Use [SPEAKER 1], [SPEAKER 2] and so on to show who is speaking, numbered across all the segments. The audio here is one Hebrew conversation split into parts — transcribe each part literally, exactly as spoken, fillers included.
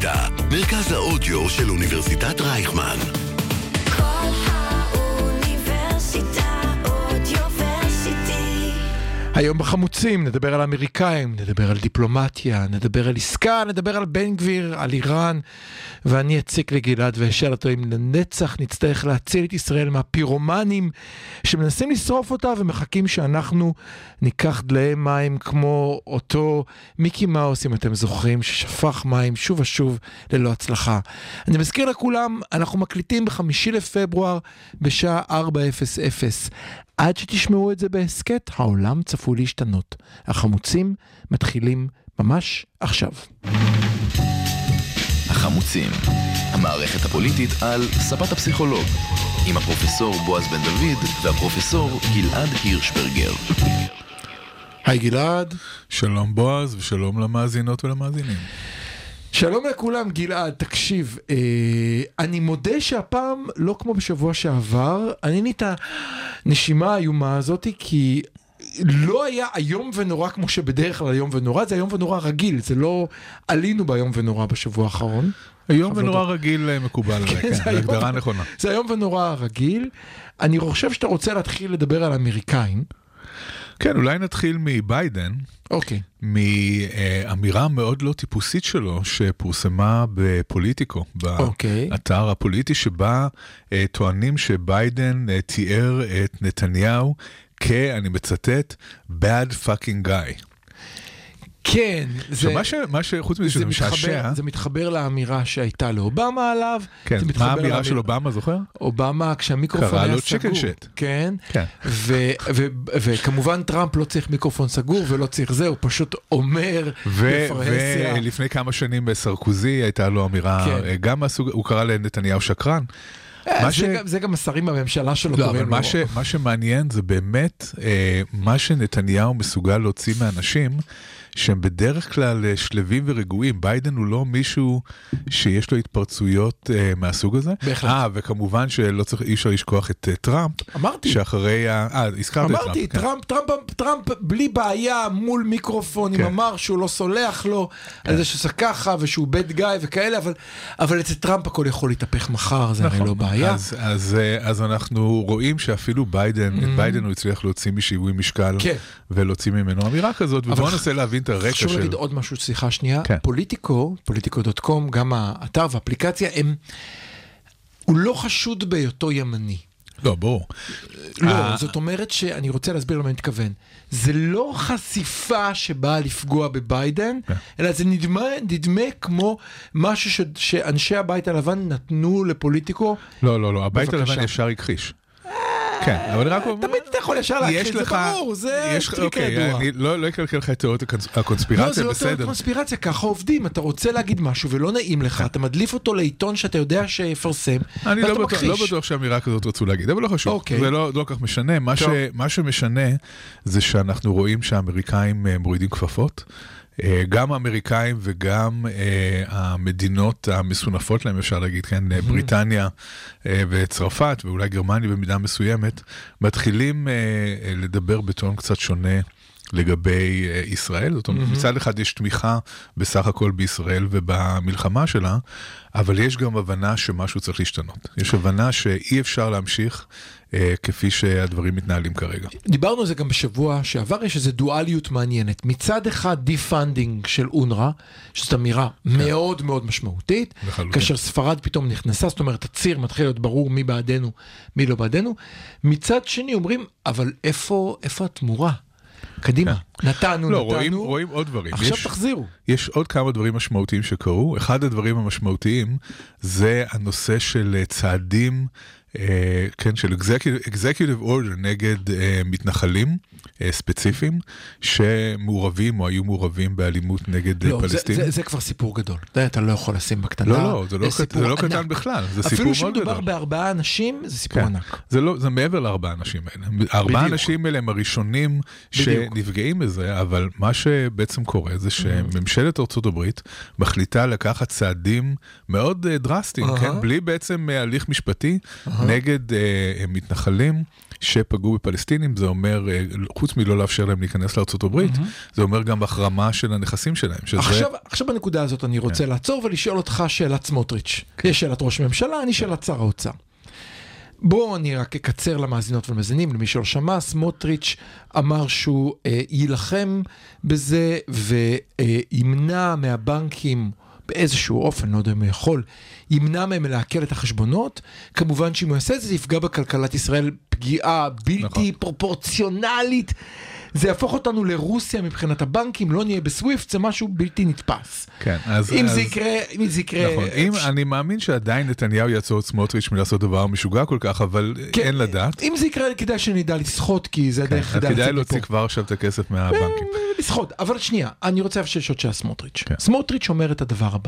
[SPEAKER 1] האוניברסיטה, מרכז האודיו של אוניברסיטת רייכמן.
[SPEAKER 2] כל האוניברסיטה אודיוורסיטי.
[SPEAKER 3] היום בחמוצים נדבר על אמריקאים, נדבר על דיפלומטיה, נדבר על עסקה, נדבר על בן גביר, על איראן, ואני אציק לגלעד ואשאל אותו אם לנצח נצטרך להציל את ישראל מהפירומנים שמנסים לשרוף אותה ומחכים שאנחנו ניקח דלי מים כמו אותו מיקי מאוס, אם אתם זוכרים, ששפך מים שוב ושוב ללא הצלחה. אני מזכיר לכולם, אנחנו מקליטים בחמישי לפברואר בשעה ארבע אפס אפס. עד שתשמעו את זה בהסקט, העולם צפוי להשתנות. החמוצים מתחילים ממש עכשיו.
[SPEAKER 4] החמוצים, המערכת הפוליטית על ספת הפסיכולוג, עם הפרופסור בועז בן דוד והפרופסור גלעד הירשברגר.
[SPEAKER 3] היי גלעד.
[SPEAKER 5] שלום בועז ושלום למאזינות ולמאזינים.
[SPEAKER 3] שלום לכולם. גלעד, תקשיב, אה, אני מודה שהפעם לא כמו בשבוע שעבר, אני ניתה נשימה האיומה הזאת, כי לא היה היום ונורא כמו שבדרך כלל היום ונורא, זה היום ונורא רגיל, זה לא עלינו ביום ונורא בשבוע האחרון.
[SPEAKER 5] היום ונורא רגיל מקובל עליי, כן, זה הגדרה נכונה.
[SPEAKER 3] זה היום ונורא רגיל. אני חושב שאתה רוצה להתחיל לדבר על אמריקאים.
[SPEAKER 5] כן, אולי נתחיל מביידן.
[SPEAKER 3] אוקיי.
[SPEAKER 5] מאמירה מאוד לא טיפוסית שלו, שפורסמה בפוליטיקו, באתר הפוליטי, שבה טוענים שביידן תיאר את נתניהו כ, אני מצטט, bad fucking guy.
[SPEAKER 3] כן, זה,
[SPEAKER 5] מה ש, מה שחוץ מזה שזה משעשע,
[SPEAKER 3] זה מתחבר לאמירה שהייתה לאובמה עליו.
[SPEAKER 5] כן, מה האמירה של אובמה, זוכר?
[SPEAKER 3] אובמה, כשהמיקרופון היה סגור. כן, וכמובן טראמפ לא צריך מיקרופון סגור ולא צריך זה, הוא פשוט אומר בפרהסיה.
[SPEAKER 5] ולפני כמה שנים בסרקוזי הייתה לו אמירה, גם הוא קרא לנתניהו שקרן.
[SPEAKER 3] זה גם השרים בממשלה שלו קוראים לו.
[SPEAKER 5] מה שמעניין זה באמת מה שנתניהו מסוגל להוציא מאנשים שהם בדרך כלל שלבים ורגועים. ביידן הוא לא מישהו שיש לו התפרצויות uh, מהסוג הזה.
[SPEAKER 3] בהחלט.
[SPEAKER 5] אה, וכמובן שלא צריך, אי אפשר לשכוח את uh, טראמפ.
[SPEAKER 3] אמרתי.
[SPEAKER 5] שאחרי, אה, הזכרת את טראמפ.
[SPEAKER 3] אמרתי, טראמפ, טראמפ, טראמפ בלי בעיה מול מיקרופונים, כן. אמר שהוא לא סולח לו, כן. על זה שזה ככה, ושהוא בד גיא וכאלה, אבל, אבל אצל טראמפ הכל יכול להתהפך מחר, זה נכון. הרי לא בעיה.
[SPEAKER 5] אז, אז, אז אנחנו רואים שאפילו ביידן, mm-hmm. את ביידן הוא הצליח להוציא משיווי משקל, כן. ולהוציא ממנו אמירה כזאת, ובואו ננסה להבין את הרקע של...
[SPEAKER 3] חשוב להגיד עוד משהו, סליחה שנייה,
[SPEAKER 5] כן.
[SPEAKER 3] פוליטיקו, פוליטיקו דוט קום, גם האתר והאפליקציה, הם... הוא לא חשוד בהיותו ימני.
[SPEAKER 5] לא, ברור.
[SPEAKER 3] לא, זאת אומרת שאני רוצה להסביר למה אני מתכוון. זה לא חשיפה שבאה לפגוע בביידן, אלא זה נדמה, נדמה כמו משהו שאנשי הבית הלבן נתנו לפוליטיקו.
[SPEAKER 5] לא, לא, לא, הבית הלבן ישר הכחיש. כן, אבל רק...
[SPEAKER 3] תמיד אתה יכול ישר להכחיש, זה ברור, זה טריק הידוע.
[SPEAKER 5] אני לא אקלקל לך את תיאוריות הקונספירציה, בסדר.
[SPEAKER 3] לא, זה לא תיאוריות הקונספירציה, ככה עובדים, אתה רוצה להגיד משהו ולא נעים לך, אתה מדליף אותו לעיתון שאתה יודע שיפרסם,
[SPEAKER 5] אני לא בטוח שהאמירה כזאת רצו להגיד, אבל לא חשוב, זה לא כך משנה. מה שמשנה זה שאנחנו רואים שהאמריקאים מורידים כפפות, גם האמריקאים וגם המדינות המסונפות להם, אפשר להגיד, כן, בריטניה וצרפת, ואולי גרמניה במידה מסוימת, מתחילים לדבר בטון קצת שונה לגבי ישראל. זאת אומרת, מצד אחד יש תמיכה בסך הכל בישראל ובמלחמה שלה, אבל יש גם הבנה שמשהו צריך להשתנות. יש הבנה שאי אפשר להמשיך כפי שהדברים מתנהלים כרגע.
[SPEAKER 3] דיברנו על זה גם בשבוע שעבר, יש איזו דואליות מעניינת. מצד אחד דיפנדינג של אונר"א, שזאת אמירה מאוד מאוד משמעותית, כאשר ספרד פתאום נכנסה, זאת אומרת, הציר מתחיל להיות ברור מי בעדנו, מי לא בעדנו. מצד שני אומרים, אבל איפה, איפה התמורה? קדימה, נתנו,
[SPEAKER 5] לא,
[SPEAKER 3] נתנו.
[SPEAKER 5] רואים, רואים עוד דברים.
[SPEAKER 3] עכשיו
[SPEAKER 5] יש,
[SPEAKER 3] תחזירו.
[SPEAKER 5] יש עוד כמה דברים משמעותיים שקרו. אחד הדברים המשמעותיים זה הנושא של צעדים, אה, כן, של executive, executive order נגד אה, מתנחלים אה, ספציפיים, שמעורבים או היו מעורבים באלימות נגד לא, פלסטין.
[SPEAKER 3] זה, זה, זה כבר סיפור גדול. זה אתה לא יכול לשים בקטנה.
[SPEAKER 5] לא, לא, זה לא, זה זה לא קטן בכלל. זה סיפור מאוד גדול.
[SPEAKER 3] אפילו שמדובר בארבעה אנשים, זה סיפור
[SPEAKER 5] כן.
[SPEAKER 3] ענק.
[SPEAKER 5] זה, לא, זה מעבר לארבעה אנשים האלה. ארבעה אנשים האלה הם הראשונים שנפגעים בזה, אבל מה שבעצם קורה זה שממשלת ארצות הברית מחליטה לקחת צעדים מאוד דרסטיים, כן? בלי בעצם הליך משפטי נגד מתנחלים שפגעו בפלסטינים, זה אומר, חוץ מלא לאפשר להם להיכנס לארצות הברית, זה אומר גם החרמה של הנכסים שלהם.
[SPEAKER 3] עכשיו, עכשיו בנקודה הזאת אני רוצה לעצור ולשאול אותך שאלת סמוטריץ'. יש שאלת ראש ממשלה, אני שאלת שר האוצר. בואו אני רק אקצר למאזינות ולמאזינים, למי שלא שמע, סמוטריץ' אמר שהוא אה, יילחם בזה וימנע מהבנקים באיזשהו אופן, לא יודע אם הוא יכול, ימנע מהם להקל את החשבונות. כמובן שאם הוא יעשה את זה, יפגע בכלכלת ישראל פגיעה בלתי נכון. פרופורציונלית. זה יהפוך אותנו לרוסיה מבחינת הבנקים, לא נהיה בסוויפט, זה משהו בלתי נתפס.
[SPEAKER 5] כן, אז...
[SPEAKER 3] אם
[SPEAKER 5] אז...
[SPEAKER 3] זה יקרה, אם זה יקרה...
[SPEAKER 5] נכון, אם, אני מאמין שעדיין נתניהו יעצור את סמוטריץ' מלעשות דבר משוגע כל כך, אבל כן, אין לדעת.
[SPEAKER 3] אם זה יקרה, כדאי שנדע לשחות, כי זה
[SPEAKER 5] כן,
[SPEAKER 3] הדרך...
[SPEAKER 5] כדאי להוציא כבר עכשיו את הכסף מהבנקים.
[SPEAKER 3] לשחות, אבל שנייה, אני רוצה לשאול של סמוטריץ'. כן. סמוטריץ' אומר את הדבר הבא.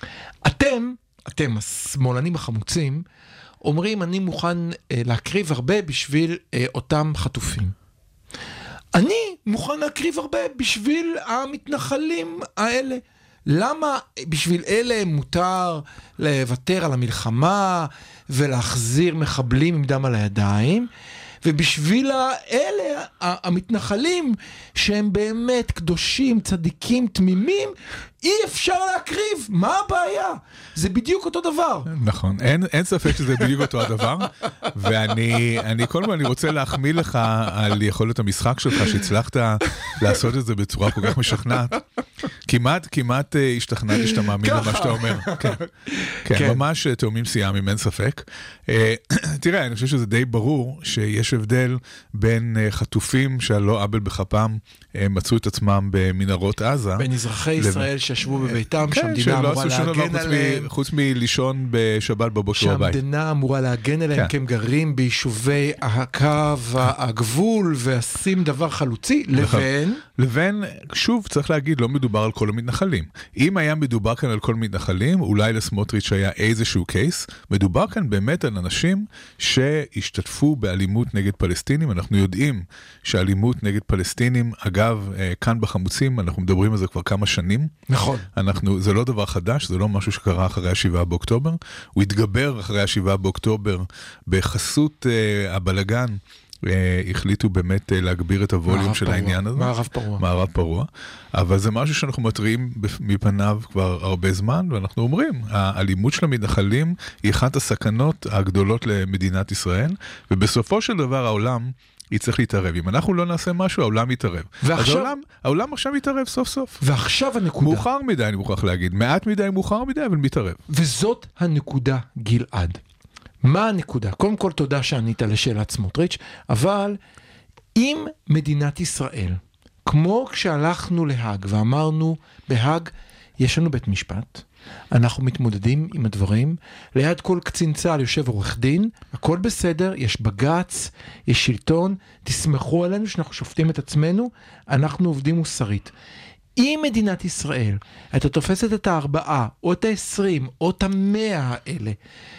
[SPEAKER 3] אתם, אתם השמאלנים החמוצים, אומרים, אני מוכן אה, להקריב הרבה בשביל אה, אותם חטופים. אני מוכן להקריב הרבה בשביל המתנחלים האלה. למה בשביל אלה מותר לוותר על המלחמה ולהחזיר מחבלים עם דם על הידיים, ובשביל האלה, המתנחלים שהם באמת קדושים, צדיקים, תמימים, אי אפשר להקריב. מה הבעיה? זה בדיוק אותו דבר.
[SPEAKER 5] נכון, אין, אין ספק שזה בדיוק אותו הדבר, ואני אני, כל הזמן אני רוצה להחמיא לך על יכולת המשחק שלך, שהצלחת לעשות את זה בצורה כל כך משכנעת. כמעט, כמעט השתכנעתי שאתה מאמין למה שאתה אומר. כן, כן, ממש תאומים סיימים, אין ספק. תראה, אני חושב שזה די ברור שיש הבדל בין חטופים שעל לא עוול בכפם מצאו את עצמם במנהרות עזה.
[SPEAKER 3] בין אזרחי ישראל שישבו בביתם, שהמדינה אמורה להגן עליהם.
[SPEAKER 5] חוץ מלישון בשבת בבוקר בבית.
[SPEAKER 3] שהמדינה אמורה להגן עליהם, כי הם גרים ביישובי הקו, הגבול, ועשים דבר חלוצי, לבין...
[SPEAKER 5] לבין, שוב, צריך להגיד, לא מדובר על כל המתנחלים. אם היה מדובר כאן על כל המתנחלים, אולי לסמוטריץ' היה איזשהו קייס, מדובר כאן באמת על אנשים שהשתתפו באלימות נגד פלסטינים. אנחנו יודעים שאלימות נגד פלסטינים, אגב, כאן בחמוצים, אנחנו מדברים על זה כבר כמה שנים.
[SPEAKER 3] נכון.
[SPEAKER 5] אנחנו, זה לא דבר חדש, זה לא משהו שקרה אחרי השבעה באוקטובר. הוא התגבר אחרי השבעה באוקטובר בחסות uh, הבלגן. Uh, החליטו באמת uh, להגביר את הווליום של פרוע. העניין הזה.
[SPEAKER 3] מערב פרוע.
[SPEAKER 5] מערב פרוע. אבל זה משהו שאנחנו מטריעים מפניו כבר הרבה זמן, ואנחנו אומרים, האלימות של המתנחלים היא אחת הסכנות הגדולות למדינת ישראל, ובסופו של דבר העולם היא צריך להתערב. אם אנחנו לא נעשה משהו, העולם יתערב. ועכשיו... אז העולם, העולם עכשיו יתערב סוף סוף.
[SPEAKER 3] ועכשיו הנקודה...
[SPEAKER 5] מאוחר מדי, אני מוכרח להגיד. מעט מדי, מאוחר מדי, אבל מתערב.
[SPEAKER 3] וזאת הנקודה, גלעד. מה הנקודה? קודם כל תודה שענית לשאלת סמוטריץ', אבל אם מדינת ישראל, כמו כשהלכנו להאג ואמרנו, בהאג יש לנו בית משפט, אנחנו מתמודדים עם הדברים, ליד כל קצין צה"ל יושב עורך דין, הכל בסדר, יש בג"ץ, יש שלטון, תסמכו עלינו שאנחנו שופטים את עצמנו, אנחנו עובדים מוסרית. אם מדינת ישראל הייתה תופסת את הארבעה, או את העשרים, או את המאה האלה,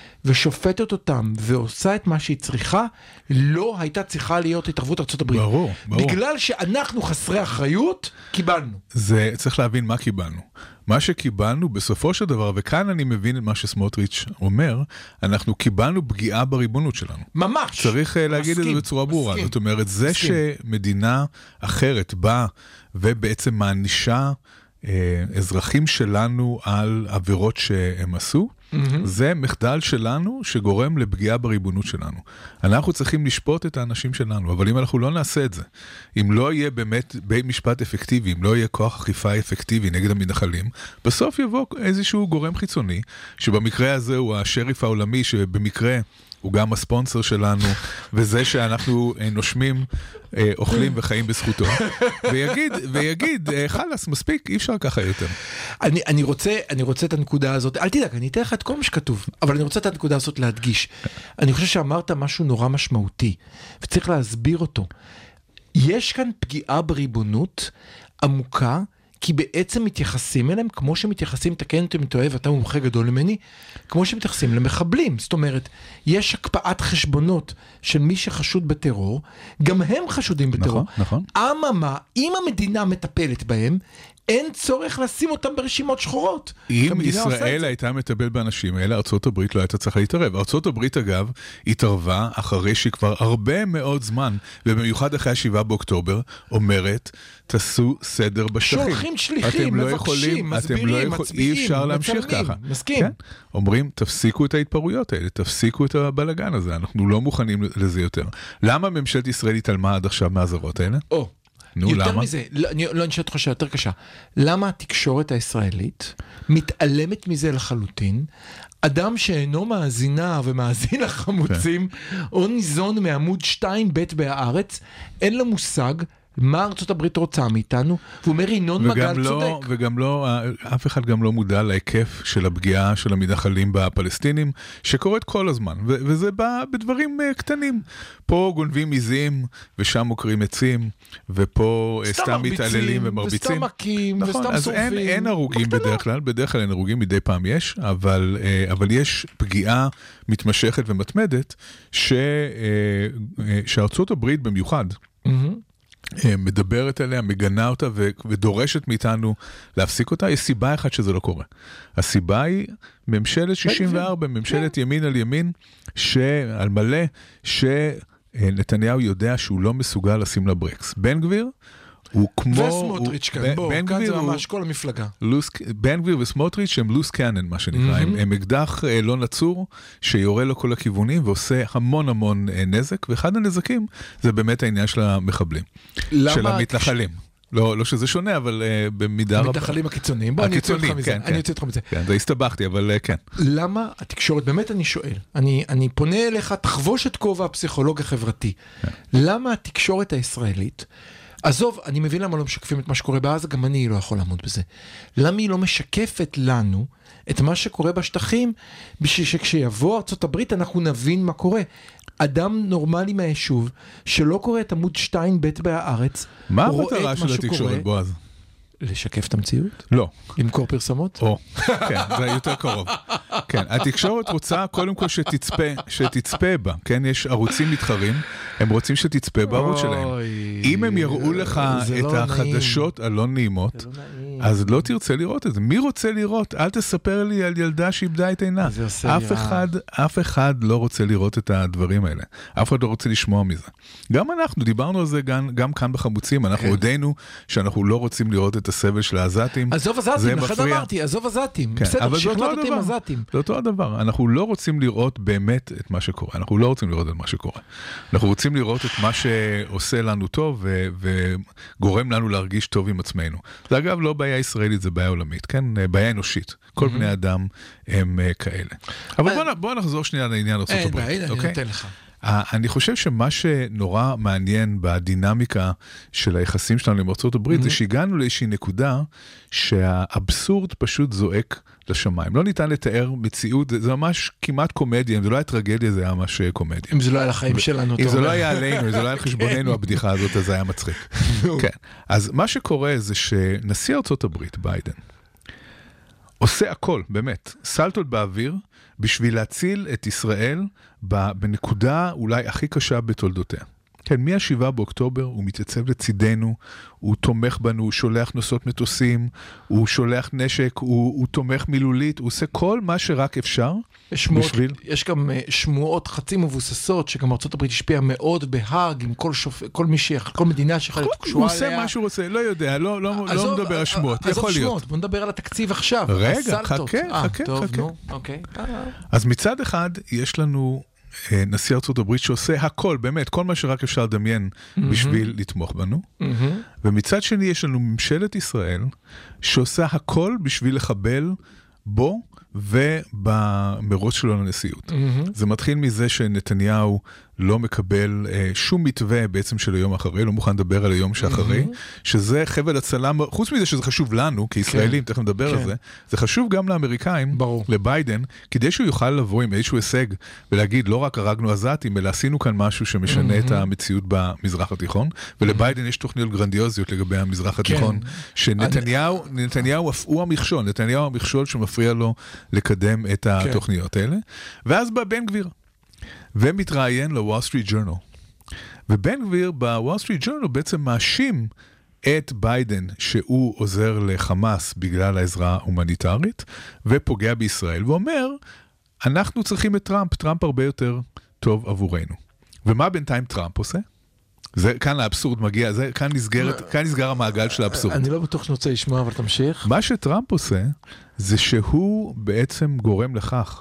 [SPEAKER 3] ושופטת אותם ועושה את מה שהיא צריכה, לא הייתה צריכה להיות התערבות ארצות הברית.
[SPEAKER 5] ברור, ברור.
[SPEAKER 3] בגלל שאנחנו חסרי אחריות, קיבלנו.
[SPEAKER 5] זה, צריך להבין מה קיבלנו. מה שקיבלנו בסופו של דבר, וכאן אני מבין את מה שסמוטריץ' אומר, אנחנו קיבלנו פגיעה בריבונות שלנו.
[SPEAKER 3] ממש.
[SPEAKER 5] צריך להגיד מסכים, את זה בצורה ברורה. מסכים. זאת אומרת, זה מסכים. שמדינה אחרת באה ובעצם מענישה אה, אזרחים שלנו על עבירות שהם עשו, Mm-hmm. זה מחדל שלנו שגורם לפגיעה בריבונות שלנו. אנחנו צריכים לשפוט את האנשים שלנו, אבל אם אנחנו לא נעשה את זה, אם לא יהיה באמת בית משפט אפקטיבי, אם לא יהיה כוח אכיפה אפקטיבי נגד המתנחלים, בסוף יבוא איזשהו גורם חיצוני, שבמקרה הזה הוא השריף העולמי, שבמקרה הוא גם הספונסר שלנו, וזה שאנחנו נושמים, אוכלים וחיים בזכותו, ויגיד, ויגיד, חלס, מספיק, אי אפשר ככה יותר.
[SPEAKER 3] אני, אני רוצה, אני רוצה את הנקודה הזאת, אל תדאג, אני אתן לך את כל מה שכתוב, אבל אני רוצה את הנקודה הזאת להדגיש. אני חושב שאמרת משהו נורא משמעותי, וצריך להסביר אותו. יש כאן פגיעה בריבונות עמוקה, כי בעצם מתייחסים אליהם, כמו שמתייחסים, תקן אותי אם אתה אוהב, אתה מומחה גדול ממני, כמו שמתייחסים למחבלים. זאת אומרת, יש הקפאת חשבונות של מי שחשוד בטרור, גם הם חשודים בטרור.
[SPEAKER 5] נכון, נכון.
[SPEAKER 3] אממה, אם המדינה מטפלת בהם, אין צורך לשים אותם ברשימות שחורות.
[SPEAKER 5] אם ישראל הייתה מטפל באנשים האלה, ארצות הברית לא הייתה צריכה להתערב. ארצות הברית אגב התערבה אחרי שהיא כבר הרבה מאוד זמן, ובמיוחד אחרי השבעה באוקטובר, אומרת, תעשו סדר בשטחים.
[SPEAKER 3] שולחים שליחים, מבקשים, מסבירים, מצביעים,
[SPEAKER 5] אי אפשר להמשיך ככה.
[SPEAKER 3] מסכים.
[SPEAKER 5] כן? אומרים, תפסיקו את ההתפרעויות האלה, תפסיקו את הבלגן הזה, אנחנו לא מוכנים לזה יותר. למה ממשלת ישראל התעלמה עד עכשיו מהזרות האלה?
[SPEAKER 3] או,
[SPEAKER 5] נו,
[SPEAKER 3] יותר
[SPEAKER 5] למה?
[SPEAKER 3] מזה, לא, אני לא נשאל אותך שאלה יותר קשה. למה התקשורת הישראלית מתעלמת מזה לחלוטין? אדם שאינו מאזינה ומאזין לחמוצים, או ניזון מעמוד שתיים ב' בהארץ, אין לו מושג מה ארצות הברית רוצה מאיתנו, והוא אומר, ינון מגל
[SPEAKER 5] לא,
[SPEAKER 3] צודק.
[SPEAKER 5] וגם לא, אף אחד גם לא מודע להיקף של הפגיעה של המתנחלים בפלסטינים, שקורית כל הזמן, ו- וזה בא בדברים uh, קטנים. פה גונבים עיזים, ושם מוקרים עצים, ופה סתם, סתם מתעללים ומרביצים.
[SPEAKER 3] וסתם מכים,
[SPEAKER 5] נכון,
[SPEAKER 3] וסתם
[SPEAKER 5] אז
[SPEAKER 3] שורפים.
[SPEAKER 5] אין, אין הרוגים בדרך כלל, בדרך כלל אין הרוגים, מדי פעם יש, אבל, uh, אבל יש פגיעה מתמשכת ומתמדת, ש, uh, uh, שארצות הברית במיוחד, mm-hmm. מדברת עליה, מגנה אותה ודורשת מאיתנו להפסיק אותה. יש סיבה אחת שזה לא קורה. הסיבה היא ממשלת שישים וארבע, ממשלת ימין על ימין, על מלא, שנתניהו יודע שהוא לא מסוגל לשים לה ברקס. בן גביר הוא כמו...
[SPEAKER 3] וסמוטריץ' כאן, בוא, כאן זה ממש כל המפלגה.
[SPEAKER 5] בן גביר וסמוטריץ' הם לוס קאנן, מה שנקרא, הם אקדח לא נצור, שיורה לו כל הכיוונים, ועושה המון המון נזק, ואחד הנזקים זה באמת העניין של המחבלים, של המתנחלים. לא שזה שונה, אבל במידה רבה.
[SPEAKER 3] המתנחלים הקיצוניים, בוא אני יוצא אותך מזה. אני יוצא אותך מזה.
[SPEAKER 5] כן, זה הסתבכתי, אבל כן.
[SPEAKER 3] למה התקשורת, באמת אני שואל, אני פונה אליך, תחבוש את כובע הפסיכולוג החברתי, למה התקשורת הישראלית, עזוב, אני מבין למה לא משקפים את מה שקורה בעזה, גם אני לא יכול לעמוד בזה. למה היא לא משקפת לנו את מה שקורה בשטחים, בשביל שכשיבוא ארצות הברית אנחנו נבין מה קורה. אדם נורמלי מהיישוב, שלא קורא את עמוד שתיים ב' בהארץ,
[SPEAKER 5] מה המטרה של התקשורת, בועז?
[SPEAKER 3] לשקף את המציאות?
[SPEAKER 5] לא.
[SPEAKER 3] למכור פרסמות?
[SPEAKER 5] או, כן, זה יותר קרוב. כן, התקשורת רוצה קודם כל שתצפה, שתצפה בה, כן, יש ערוצים מתחרים, הם רוצים שתצפה בערוץ שלהם. אם הם יראו לך את החדשות הלא נעימות, אז לא תרצה לראות את זה. מי רוצה לראות? אל תספר לי על ילדה שאיבדה את עינה. אף אחד, אף אחד לא רוצה לראות את הדברים האלה. אף אחד לא רוצה לשמוע מזה. גם אנחנו, דיברנו על זה גם, גם כאן בחמוצים, אנחנו הודינו שאנחנו לא רוצים לראות את הסבל של העזתים.
[SPEAKER 3] עזוב עזתים, אחד אמרתי, עזוב עזתים. בסדר, שכנעתם עזתים.
[SPEAKER 5] זה אותו הדבר. אנחנו לא רוצים לראות באמת את מה שקורה. אנחנו לא רוצים לראות את מה שקורה. אנחנו רוצים לראות את מה שעושה לנו טוב וגורם לנו להרגיש טוב עם עצמנו. זה אגב לא בעיה ישראלית, זה בעיה עולמית, כן? בעיה אנושית. כל בני אדם הם כאלה. אבל בוא נחזור שנייה לעניין ארצות הברית.
[SPEAKER 3] אין, אני נותן לך.
[SPEAKER 5] אני חושב שמה שנורא מעניין בדינמיקה של היחסים שלנו עם ארצות הברית, זה שהגענו לאיזושהי נקודה שהאבסורד פשוט זועק לשמיים. לא ניתן לתאר מציאות, זה ממש כמעט קומדיה, אם זה לא היה טרגדיה, זה היה ממש קומדיה.
[SPEAKER 3] אם זה לא היה לחיים שלנו.
[SPEAKER 5] אם זה לא היה עלינו, אם זה לא היה על חשבוננו, הבדיחה הזאת, אז זה היה מצחיק. כן. אז מה שקורה זה שנשיא ארצות הברית, ביידן, עושה הכל, באמת, סלטות באוויר, בשביל להציל את ישראל בנקודה אולי הכי קשה בתולדותיה. כן, מהשבעה באוקטובר הוא מתייצב לצידנו, הוא תומך בנו, הוא שולח נוסעות מטוסים, הוא שולח נשק, הוא, הוא תומך מילולית, הוא עושה כל מה שרק אפשר.
[SPEAKER 3] יש, בשביל... יש גם שמועות חצי מבוססות, שגם ארצות הברית השפיעה מאוד בהאג, עם כל, שופ... כל, מי ש... כל מדינה שיכולה להיות קשורה עליה.
[SPEAKER 5] הוא עושה מה שהוא רוצה, לא יודע, לא, לא, לא מדבר על שמות, יכול להיות. שמות,
[SPEAKER 3] בוא נדבר על התקציב עכשיו.
[SPEAKER 5] רגע, חכה, חכה,
[SPEAKER 3] טוב,
[SPEAKER 5] חכה.
[SPEAKER 3] נו, אוקיי.
[SPEAKER 5] אז מצד אחד, יש לנו נשיא ארצות הברית שעושה הכל, באמת, כל מה שרק אפשר לדמיין בשביל לתמוך בנו. ומצד שני יש לנו ממשלת ישראל שעושה הכל בשביל לחבל בו ובמרוץ שלו לנשיאות. זה מתחיל מזה שנתניהו לא מקבל אה, שום מתווה בעצם של היום אחרי, לא מוכן לדבר על היום שאחרי, שזה חבל הצלה, חוץ מזה שזה חשוב לנו, כישראלים, תכף נדבר על זה, זה חשוב גם לאמריקאים, לביידן, כדי שהוא יוכל לבוא עם איזשהו הישג, ולהגיד, לא רק הרגנו עזתים, אלא עשינו כאן משהו שמשנה את המציאות במזרח התיכון, ולביידן יש תוכניות גרנדיוזיות לגבי המזרח התיכון, שנתניהו, נתניהו אף הוא המכשול, נתניהו המכשול שמפריע לו לקדם את התוכניות האלה, ואז בא בן גביר, ומתראיין לוול סטריט ג'ורנל. ובן גביר בוול סטריט ג'ורנל בעצם מאשים את ביידן שהוא עוזר לחמאס בגלל העזרה ההומניטרית, ופוגע בישראל, ואומר, אנחנו צריכים את טראמפ, טראמפ הרבה יותר טוב עבורנו. ומה בינתיים טראמפ עושה? זה, כאן האבסורד מגיע, זה, כאן נסגרת, כאן נסגר המעגל של האבסורד.
[SPEAKER 3] אני לא בטוח שנוצא לשמוע, אבל תמשיך.
[SPEAKER 5] מה שטראמפ עושה, זה שהוא בעצם גורם לכך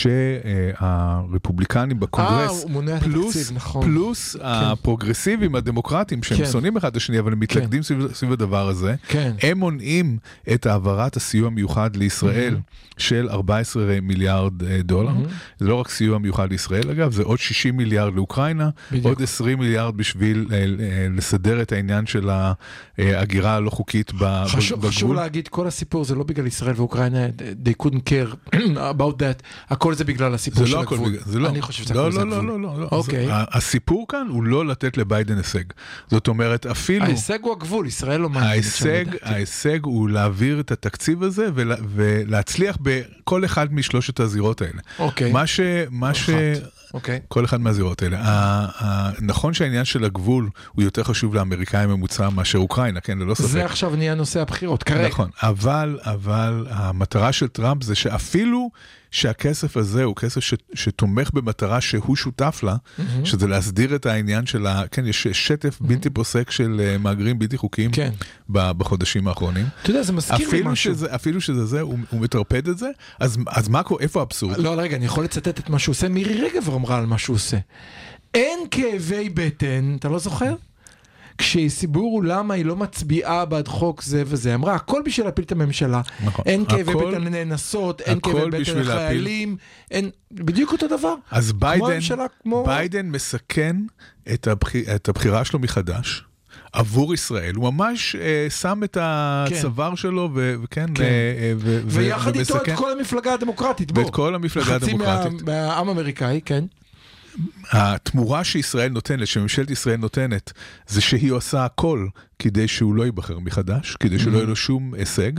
[SPEAKER 5] שהרפובליקנים בקונגרס, פלוס, פלוס הפרוגרסיביים, הדמוקרטים, שהם שונאים אחד לשני, אבל הם מתלכדים סביב הדבר הזה, הם מונעים את העברת הסיוע מיוחד לישראל של ארבעה עשר מיליארד דולר. זה לא רק סיוע מיוחד לישראל, אגב, זה עוד שישים מיליארד לאוקראינה, עוד עשרים מיליארד בשביל לסדר את העניין של ההגירה הלא חוקית בגבול.
[SPEAKER 3] חשוב להגיד, כל הסיפור זה לא בגלל ישראל ואוקראינה, they couldn't care about that, הכל זה בגלל הסיפור של הגבול. אני חושב שזה הכל זה הגבול.
[SPEAKER 5] לא, לא, לא, לא. הסיפור כאן הוא לא לתת לביידן הישג. זאת אומרת, אפילו...
[SPEAKER 3] ההישג הוא הגבול, ישראל לא מעניינת שם לדעתי.
[SPEAKER 5] ההישג הוא להעביר את התקציב הזה ולהצליח בכל אחד משלושת הזירות האלה.
[SPEAKER 3] אוקיי.
[SPEAKER 5] מה ש...
[SPEAKER 3] אוקיי.
[SPEAKER 5] כל אחד מהזירות האלה. נכון שהעניין של הגבול הוא יותר חשוב לאמריקאים ממוצע מאשר אוקראינה, כן? ללא ספק.
[SPEAKER 3] זה עכשיו נהיה נושא הבחירות, כרגע.
[SPEAKER 5] נכון, אבל, אבל המטרה של טראמפ זה שאפילו שהכסף הזה הוא כסף ש, שתומך במטרה שהוא שותף לה, mm-hmm. שזה להסדיר את העניין של ה... כן, יש שטף mm-hmm. בלתי פוסק של מהגרים בלתי חוקיים כן. בחודשים האחרונים.
[SPEAKER 3] אתה יודע, זה מזכיר לי משהו.
[SPEAKER 5] שזה, אפילו שזה זה, הוא, הוא מטרפד את זה, אז, אז מה, איפה האבסורד?
[SPEAKER 3] לא, רגע, אני יכול לצטט את מה שהוא עושה. מירי רגב אמרה על מה שהוא עושה. אין כאבי בטן, אתה לא זוכר? כשסיבורו למה היא לא מצביעה בעד חוק זה וזה, אמרה, הכל בשביל להפיל את הממשלה. נכון. אין כאבי הכל, בטן לנאנסות, אין כאבי בטן לחיילים, אין, בדיוק אותו דבר.
[SPEAKER 5] אז ביידן, כמו... ביידן מסכן את, הבחיר, את הבחירה שלו מחדש, עבור ישראל. הוא ממש אה, שם את הצוואר כן. שלו, ו- וכן,
[SPEAKER 3] כן.
[SPEAKER 5] אה, ו-
[SPEAKER 3] ויחד
[SPEAKER 5] ו-
[SPEAKER 3] איתו
[SPEAKER 5] ומסכן,
[SPEAKER 3] את כל המפלגה הדמוקרטית.
[SPEAKER 5] ואת כל המפלגה הדמוקרטית.
[SPEAKER 3] חצי מה, מהעם האמריקאי, כן.
[SPEAKER 5] התמורה שישראל נותנת, שממשלת ישראל נותנת, זה שהיא עושה הכל כדי שהוא לא ייבחר מחדש, כדי שלא יהיה לו שום הישג,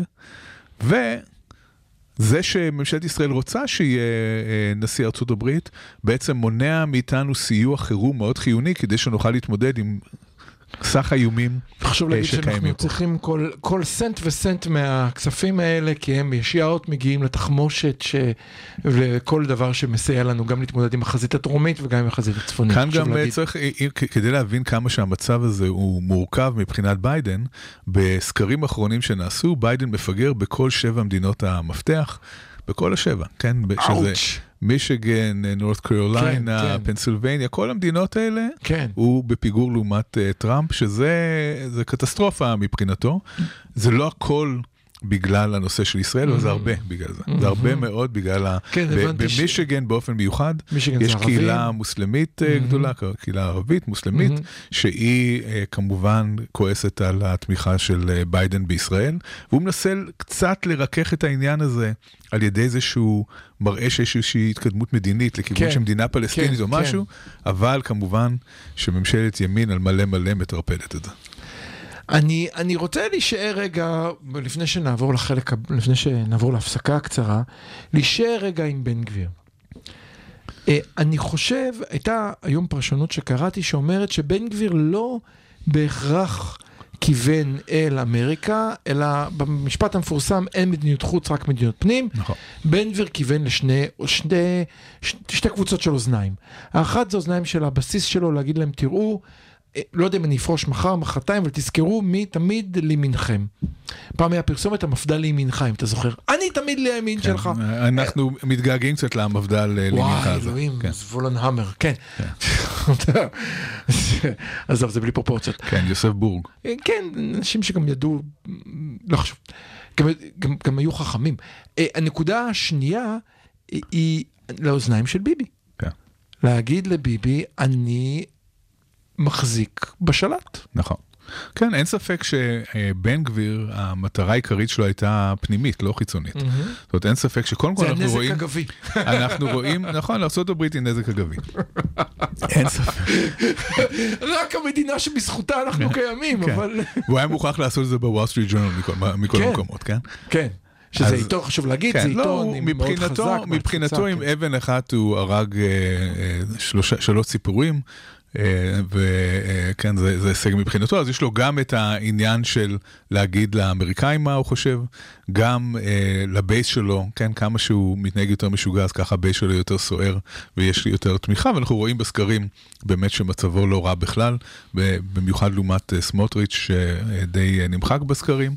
[SPEAKER 5] וזה שממשלת ישראל רוצה שיהיה נשיא ארצות הברית, בעצם מונע מאיתנו סיוע חירום מאוד חיוני, כדי שנוכל להתמודד עם סך האיומים שקיימים.
[SPEAKER 3] חשוב להגיד שאנחנו צריכים כל, כל סנט וסנט מהכספים האלה, כי הם ישירות מגיעים לתחמושת ש... וכל דבר שמסייע לנו גם להתמודד עם החזית הדרומית וגם עם החזית הצפונית.
[SPEAKER 5] כאן גם להגיד. צריך, כדי להבין כמה שהמצב הזה הוא מורכב מבחינת ביידן, בסקרים האחרונים שנעשו, ביידן מפגר בכל שבע מדינות המפתח, בכל השבע, כן? שזה מישיגן, נורת קרוליינה, כן, כן. פנסילבניה, כל המדינות האלה,
[SPEAKER 3] כן.
[SPEAKER 5] הוא בפיגור לעומת uh, טראמפ, שזה זה קטסטרופה מבחינתו. זה לא הכל בגלל הנושא של ישראל, אבל זה הרבה בגלל זה. זה הרבה מאוד בגלל ה... במישיגן באופן מיוחד, יש קהילה מוסלמית גדולה, קהילה ערבית, מוסלמית, שהיא כמובן כועסת על התמיכה של ביידן בישראל, והוא מנסה קצת לרכך את העניין הזה, על ידי איזשהו מראה שאיזושהי התקדמות מדינית, לכיוון של מדינה פלסטינית או משהו, אבל כמובן שממשלת ימין על מלא מלא מטרפדת את זה.
[SPEAKER 3] אני, אני רוצה להישאר רגע, לפני שנעבור לחלק, לפני שנעבור להפסקה הקצרה, להישאר רגע עם בן גביר. אני חושב, הייתה היום פרשנות שקראתי שאומרת שבן גביר לא בהכרח כיוון אל אמריקה, אלא במשפט המפורסם אין מדיניות חוץ, רק מדיניות פנים. נכון. בן גביר כיוון לשני, שני, שתי קבוצות של אוזניים. האחת זה אוזניים של הבסיס שלו, להגיד להם, תראו, לא יודע אם אני אפרוש מחר, מחרתיים, אבל תזכרו מי תמיד לימינכם. פעם היה פרסומת המפד"ל לימינך, אם אתה זוכר. אני תמיד לימין שלך.
[SPEAKER 5] אנחנו מתגעגעים קצת למפד"ל לימינך.
[SPEAKER 3] וואי, אלוהים, זבולון המר, כן. עזוב, זה בלי פרופורציות.
[SPEAKER 5] כן, יוסף בורג.
[SPEAKER 3] כן, אנשים שגם ידעו, לא חשוב, גם היו חכמים. הנקודה השנייה היא לאוזניים של ביבי. להגיד לביבי, אני מחזיק בשלט.
[SPEAKER 5] נכון. כן, אין ספק שבן גביר, המטרה העיקרית שלו הייתה פנימית, לא חיצונית. זאת אומרת, אין ספק שקודם כל אנחנו רואים...
[SPEAKER 3] זה נזק אגבי.
[SPEAKER 5] אנחנו רואים, נכון, לארצות הברית היא נזק אגבי. אין ספק.
[SPEAKER 3] רק המדינה שבזכותה אנחנו קיימים, אבל...
[SPEAKER 5] הוא היה מוכרח לעשות את זה בוול סטריט ג'ורנל מכל המקומות, כן?
[SPEAKER 3] כן. שזה עיתון, חשוב להגיד, זה עיתון מאוד חזק.
[SPEAKER 5] מבחינתו, עם אבן אחת הוא הרג שלוש סיפורים, וכן, זה, זה הישג מבחינתו, אז יש לו גם את העניין של להגיד לאמריקאים מה הוא חושב, גם אה, לבייס שלו, כן, כמה שהוא מתנהג יותר משוגע, אז ככה הבייס שלו יותר סוער, ויש לי יותר תמיכה, ואנחנו רואים בסקרים באמת שמצבו לא רע בכלל, במיוחד לעומת אה, סמוטריץ' שדי אה, נמחק בסקרים,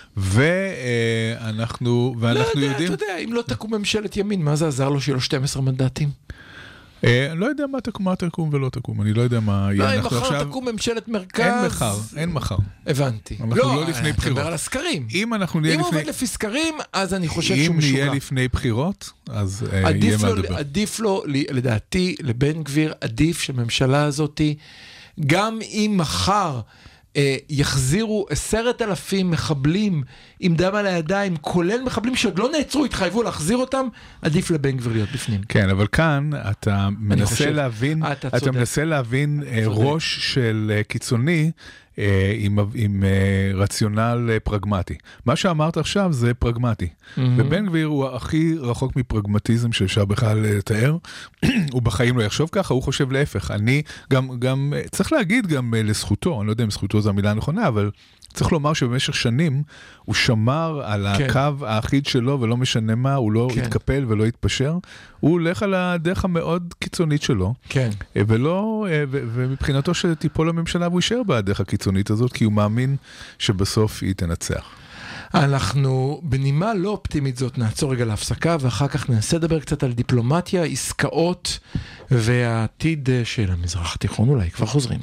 [SPEAKER 5] ואנחנו, ואנחנו
[SPEAKER 3] לא יודע,
[SPEAKER 5] יודעים...
[SPEAKER 3] אתה יודע, אם לא תקום ממשלת ימין, מה זה עזר לו שיהיו לו שנים עשר מנדטים?
[SPEAKER 5] אני לא יודע מה תקום, מה תקום ולא תקום, אני לא יודע מה...
[SPEAKER 3] לא, אם מחר תקום ממשלת מרכז...
[SPEAKER 5] אין מחר, אין מחר.
[SPEAKER 3] הבנתי.
[SPEAKER 5] אנחנו לא לפני בחירות.
[SPEAKER 3] אתה מדבר על הסקרים.
[SPEAKER 5] אם אנחנו נהיה
[SPEAKER 3] לפני... אם עובד לפי סקרים, אז אני חושב שהוא משוגע.
[SPEAKER 5] אם נהיה לפני בחירות, אז יהיה מה לדבר.
[SPEAKER 3] עדיף לו, לדעתי, לבן גביר, עדיף שהממשלה הזאת, גם אם מחר יחזירו עשרת אלפים מחבלים עם דם על הידיים, כולל מחבלים שעוד לא נעצרו, התחייבו להחזיר אותם, עדיף לבן גביר להיות בפנים.
[SPEAKER 5] כן, אבל כאן אתה מנסה להבין, אתה מנסה להבין ראש של קיצוני עם, עם רציונל פרגמטי. מה שאמרת עכשיו זה פרגמטי. Mm-hmm. ובן גביר הוא הכי רחוק מפרגמטיזם שאפשר בכלל לתאר. הוא בחיים לא יחשוב ככה, הוא חושב להפך. אני גם, גם, צריך להגיד גם לזכותו, אני לא יודע אם זכותו זו המילה הנכונה, אבל צריך לומר שבמשך שנים הוא שמר על כן. הקו האחיד שלו ולא משנה מה, הוא לא כן. התקפל ולא התפשר, הוא הולך על הדרך המאוד קיצונית שלו,
[SPEAKER 3] כן.
[SPEAKER 5] ולא, ו, ומבחינתו שתיפול לממשלה והוא יישאר בדרך הקיצונית הזאת, כי הוא מאמין שבסוף היא תנצח.
[SPEAKER 3] אנחנו בנימה לא אופטימית זאת נעצור רגע להפסקה, ואחר כך ננסה לדבר קצת על דיפלומטיה, עסקאות והעתיד של המזרח התיכון, אולי כבר חוזרים.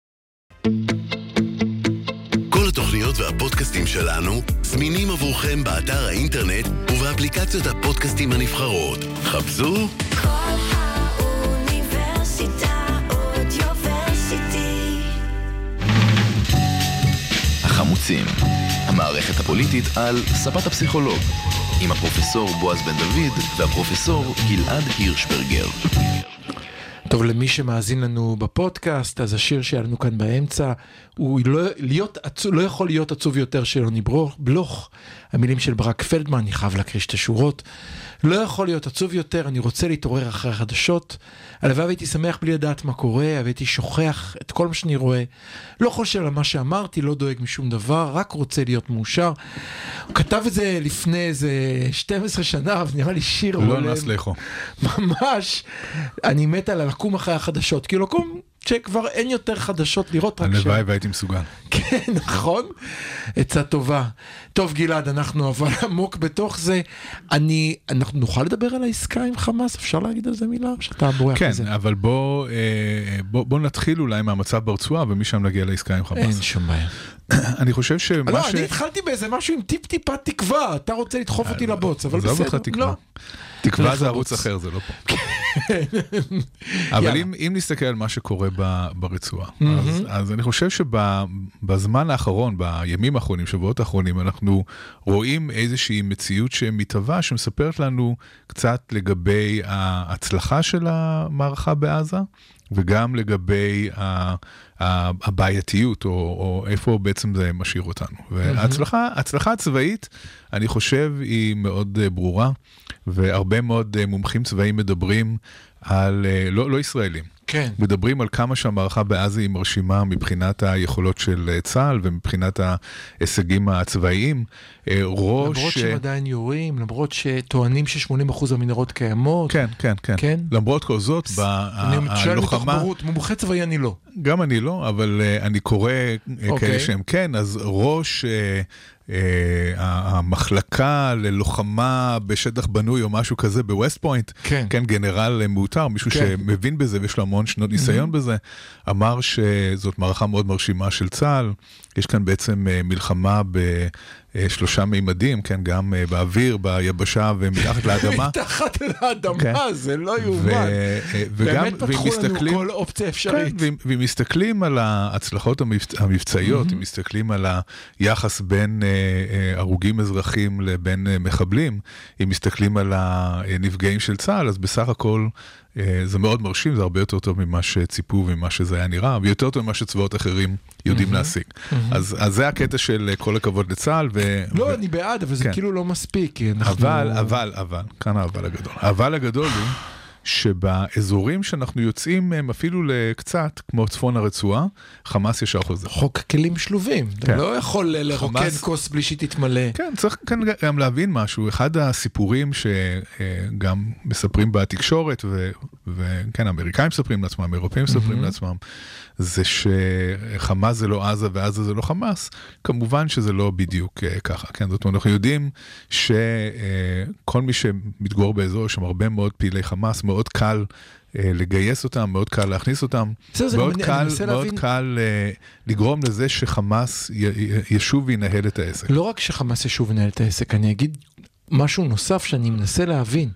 [SPEAKER 1] כל התוכניות והפודקאסטים שלנו זמינים עבורכם באתר האינטרנט ובאפליקציות הפודקאסטים הנבחרות. חפשו
[SPEAKER 2] כל האוניברסיטה אודיוורסיטי.
[SPEAKER 4] החמוצים, המערכת הפוליטית על ספת הפסיכולוג, עם הפרופסור בועז בן דוד והפרופסור גלעד הירשברגר.
[SPEAKER 3] טוב, למי שמאזין לנו בפודקאסט, אז השיר שהיה לנו כאן באמצע, הוא לא, להיות עצוב, לא יכול להיות עצוב יותר של יוני בלוך, המילים של ברק פלדמן, אני חייב להקריא שתי שורות, לא יכול להיות עצוב יותר, אני רוצה להתעורר אחרי החדשות, הלוואי והייתי שמח בלי לדעת מה קורה, והייתי שוכח את כל מה שאני רואה, לא חושב על מה שאמרתי, לא דואג משום דבר, רק רוצה להיות מאושר. הוא כתב את זה לפני איזה שתים עשרה שנה, ונראה לי שיר
[SPEAKER 5] לא הולם. נס לכו.
[SPEAKER 3] ממש, אני מת על לקום אחרי החדשות, כי לקום שכבר אין יותר חדשות לראות רק שם.
[SPEAKER 5] הלוואי והייתי מסוגל.
[SPEAKER 3] כן, נכון? עצה טובה. טוב, גלעד, אנחנו אבל עמוק בתוך זה. אני, אנחנו נוכל לדבר על העסקה עם חמאס? אפשר להגיד על זה מילה? שאתה בורח
[SPEAKER 5] כן,
[SPEAKER 3] לזה.
[SPEAKER 5] כן, אבל בוא, בוא, בוא נתחיל אולי מהמצב ברצועה, ומשם נגיע לעסקה עם חמאס.
[SPEAKER 3] אין שום בעיה.
[SPEAKER 5] אני חושב שמה
[SPEAKER 3] לא,
[SPEAKER 5] ש...
[SPEAKER 3] אני התחלתי באיזה משהו עם טיפ טיפה תקווה. אתה רוצה לדחוף אותי לבוץ, אבל בסדר.
[SPEAKER 5] עזוב אותך תקווה. תקווה זה ערוץ אחר, זה לא פה. אבל אם, אם נסתכל על מה שקורה ברצועה, אז, אז אני חושב שבזמן האחרון, בימים האחרונים, שבועות האחרונים, אנחנו רואים איזושהי מציאות שמתהווה, שמספרת לנו קצת לגבי ההצלחה של המערכה בעזה, וגם לגבי הבעייתיות, או, או איפה בעצם זה משאיר אותנו. וההצלחה, ההצלחה הצבאית, אני חושב, היא מאוד ברורה, והרבה מאוד מומחים צבאיים מדברים על, לא, לא ישראלים,
[SPEAKER 3] כן.
[SPEAKER 5] מדברים על כמה שהמערכה בעזה היא מרשימה מבחינת היכולות של צה"ל ומבחינת ההישגים הצבאיים. ראש...
[SPEAKER 3] למרות שהם עדיין יורים, למרות שטוענים ש-שמונים אחוז המנהרות קיימות.
[SPEAKER 5] כן, כן, כן. כן? למרות כל זאת,
[SPEAKER 3] הלוחמה... מומחה צבאי אני לא.
[SPEAKER 5] גם אני לא, אבל אני קורא כאלה שהם כן, אז ראש... המחלקה ללוחמה בשטח בנוי או משהו כזה בווסט פוינט, כן, כן גנרל מאותר, מישהו כן. שמבין בזה ויש לו המון שנות ניסיון mm-hmm. בזה, אמר שזאת מערכה מאוד מרשימה של צה"ל, יש כאן בעצם מלחמה בשלושה מימדים, כן, גם באוויר, ביבשה ומתחת לאדמה.
[SPEAKER 3] מתחת לאדמה, זה לא יאומן. באמת פתחו לנו כל אופציה אפשרית.
[SPEAKER 5] ואם מסתכלים על ההצלחות המבצעיות, אם מסתכלים על היחס בין הרוגים אזרחים לבין מחבלים, אם מסתכלים על הנפגעים של צה"ל, אז בסך הכל זה מאוד מרשים, זה הרבה יותר טוב ממה שציפו וממה שזה היה נראה, ויותר טוב ממה שצבאות אחרים יודעים להשיג. אז זה הקטע של כל הכבוד לצה"ל.
[SPEAKER 3] לא, אני בעד, אבל זה כאילו לא מספיק.
[SPEAKER 5] אבל, אבל, אבל, כאן האבל הגדול. האבל הגדול הוא שבאזורים שאנחנו יוצאים הם אפילו לקצת, כמו צפון הרצועה, חמאס ישר חוזר.
[SPEAKER 3] חוק כלים שלובים, אתה לא יכול לרוקד כוס בלי שהיא תתמלא.
[SPEAKER 5] כן, צריך גם להבין משהו, אחד הסיפורים שגם מספרים בתקשורת, וכן, האמריקאים מספרים לעצמם, האירופאים מספרים לעצמם, זה שחמאס זה לא עזה ועזה זה לא חמאס, כמובן שזה לא בדיוק ככה, כן? זאת אומרת, אנחנו יודעים שכל מי שמתגור באזור, יש שם הרבה מאוד פעילי חמאס, מאוד קל לגייס אותם, מאוד קל להכניס אותם, מאוד קל, מאוד קל לגרום לזה שחמאס ישוב וינהל את העסק.
[SPEAKER 3] לא רק שחמאס ישוב וינהל את העסק, אני אגיד משהו נוסף שאני מנסה להבין,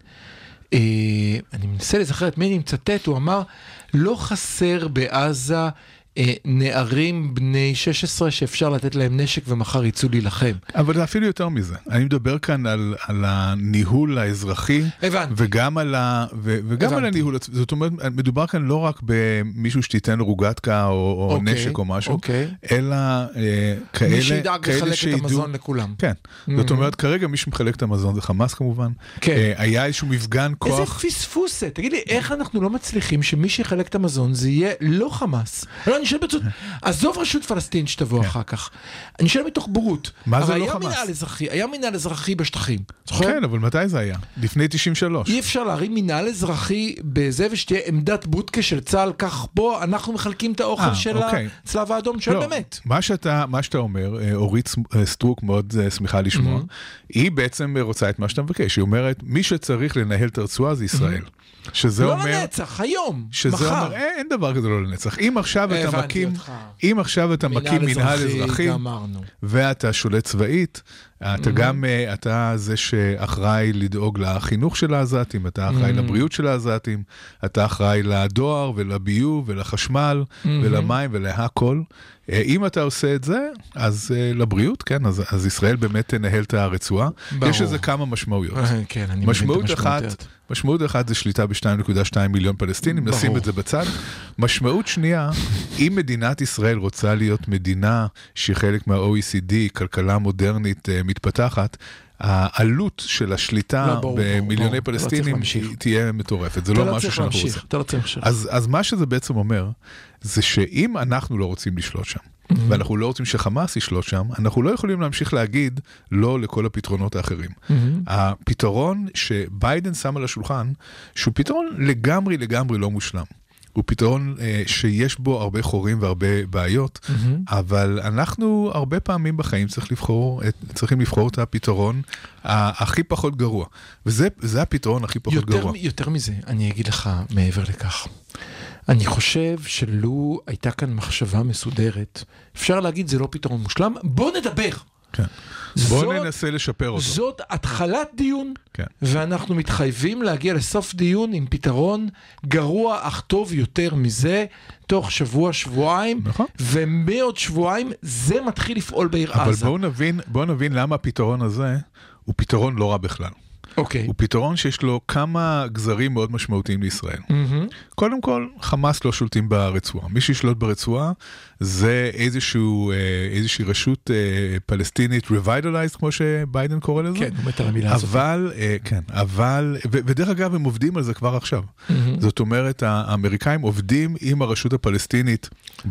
[SPEAKER 3] אני מנסה לזכר את מי אני מצטט, הוא אמר, לא חסר בעזה נערים בני שש עשרה שאפשר לתת להם נשק ומחר יצאו להילחם.
[SPEAKER 5] אבל זה אפילו יותר מזה. אני מדבר כאן על, על הניהול האזרחי,
[SPEAKER 3] הבנתי.
[SPEAKER 5] וגם על, ה, ו, וגם על הניהול, זאת אומרת, מדובר כאן לא רק במישהו שתיתן לו רוגטקה או, או
[SPEAKER 3] אוקיי,
[SPEAKER 5] נשק או משהו,
[SPEAKER 3] אוקיי.
[SPEAKER 5] אלא אה, כאלה,
[SPEAKER 3] מי שידאג לחלק
[SPEAKER 5] שידעו,
[SPEAKER 3] את המזון לכולם.
[SPEAKER 5] כן. Mm-hmm. זאת אומרת, כרגע מי שמחלק את המזון זה חמאס כמובן. כן. אה, היה איזשהו מפגן כוח.
[SPEAKER 3] איזה פספוס זה? תגיד לי, איך אנחנו לא מצליחים שמי שיחלק את המזון זה יהיה לא חמאס? לא, אני שואל בצוד, עזוב רשות פלסטין שתבוא אחר כך. אני שואל מתוך בורות.
[SPEAKER 5] מה זה לא חמאס?
[SPEAKER 3] היה מינהל אזרחי בשטחים.
[SPEAKER 5] כן, אבל מתי זה היה? לפני תשעים ושלוש.
[SPEAKER 3] אי אפשר להרים מינהל אזרחי בזה ושתהיה עמדת בוטקה של צה"ל, כך בו אנחנו מחלקים את האוכל של הצלב האדום, שואל באמת.
[SPEAKER 5] מה שאתה אומר, אורית סטרוק מאוד שמחה לשמוע, היא בעצם רוצה את מה שאתה מבקש. היא אומרת, מי שצריך לנהל את הרצועה זה ישראל. שזה
[SPEAKER 3] לא
[SPEAKER 5] אומר,
[SPEAKER 3] לנצח, היום,
[SPEAKER 5] שזה מחר. אומר, אין, אין דבר כזה לא לנצח. אם עכשיו אתה מקים, אם עכשיו אתה מקים מנהל אזרחי, ואתה שולט צבאית, אתה גם, אתה זה שאחראי לדאוג לחינוך של העזתים, אתה אחראי לבריאות של העזתים, אתה אחראי לדואר ולביוב ולחשמל ולמים ולהכל. אם אתה עושה את זה, אז לבריאות, כן, אז, אז ישראל באמת תנהל את הרצועה. יש לזה כמה משמעויות.
[SPEAKER 3] כן, אני
[SPEAKER 5] משמעות אחת, משמעות אחת זה שליטה ב-שתיים נקודה שתיים מיליון פלסטינים, נשים את זה בצד. משמעות שנייה, אם מדינת ישראל רוצה להיות מדינה שהיא חלק מה-או אי סי די, כלכלה מודרנית מתפתחת, העלות של השליטה במיליוני פלסטינים תהיה מטורפת. זה לא משהו שאנחנו רוצים. אז מה שזה בעצם אומר, זה שאם אנחנו לא רוצים לשלוט שם, ואנחנו לא רוצים שחמאס ישלוט שם, אנחנו לא יכולים להמשיך להגיד לא לכל הפתרונות האחרים. הפתרון שביידן שם על השולחן, שהוא פתרון לגמרי לגמרי לא מושלם. הוא פתרון אה, שיש בו הרבה חורים והרבה בעיות, mm-hmm. אבל אנחנו הרבה פעמים בחיים צריך לבחור, צריכים לבחור את הפתרון הכי פחות גרוע. וזה זה הפתרון הכי פחות
[SPEAKER 3] יותר,
[SPEAKER 5] גרוע.
[SPEAKER 3] יותר מזה, אני אגיד לך מעבר לכך. אני חושב שלו הייתה כאן מחשבה מסודרת, אפשר להגיד זה לא פתרון מושלם, בוא נדבר.
[SPEAKER 5] כן. בואו ננסה לשפר אותו.
[SPEAKER 3] זאת התחלת דיון,
[SPEAKER 5] כן.
[SPEAKER 3] ואנחנו מתחייבים להגיע לסוף דיון עם פתרון גרוע אך טוב יותר מזה, תוך שבוע, שבועיים, נכון. ומעוד שבועיים זה מתחיל לפעול בעיר
[SPEAKER 5] אבל
[SPEAKER 3] עזה.
[SPEAKER 5] אבל בואו נבין, בואו נבין למה הפתרון הזה הוא פתרון לא רע בכלל.
[SPEAKER 3] אוקיי.
[SPEAKER 5] הוא פתרון שיש לו כמה גזרים מאוד משמעותיים לישראל.
[SPEAKER 3] Mm-hmm.
[SPEAKER 5] קודם כל, חמאס לא שולטים ברצועה. מי שישלוט ברצועה זה איזשהו, איזושהי רשות פלסטינית revitalized, כמו שביידן קורא לזה.
[SPEAKER 3] כן, הוא מת על המילה הזאת.
[SPEAKER 5] אבל, כן, אבל, ו- ודרך אגב, הם עובדים על זה כבר עכשיו. Mm-hmm. זאת אומרת, האמריקאים עובדים עם הרשות הפלסטינית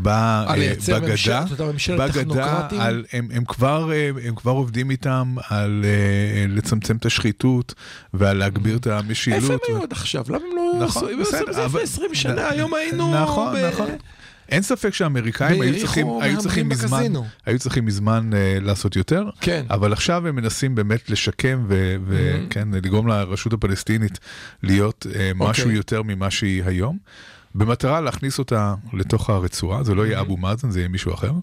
[SPEAKER 5] בגדה, בגדה, על, הם, הם, כבר, הם כבר עובדים איתם על לצמצם את השחיתות, ועל להגביר את המשילות.
[SPEAKER 3] איפה הם היו עד עכשיו? למה הם לא עשו? הם עושים את זה לפני עשרים שנה, היום היינו...
[SPEAKER 5] נכון, נכון. אין ספף שהאמריקאים היו צריכים, היו צריכים מזמן, היו צריכים מזמן לעשות יותר, אבל עכשיו הם מנסים באמת לשקם וכן, לגרום לרשות הפלסטינית להיות משהו יותר ממה שהיא היום. במטרה להכניס אותה לתוך הרצועה, זה לא יהיה אבו מאזן, זה יהיה מישהו אחר.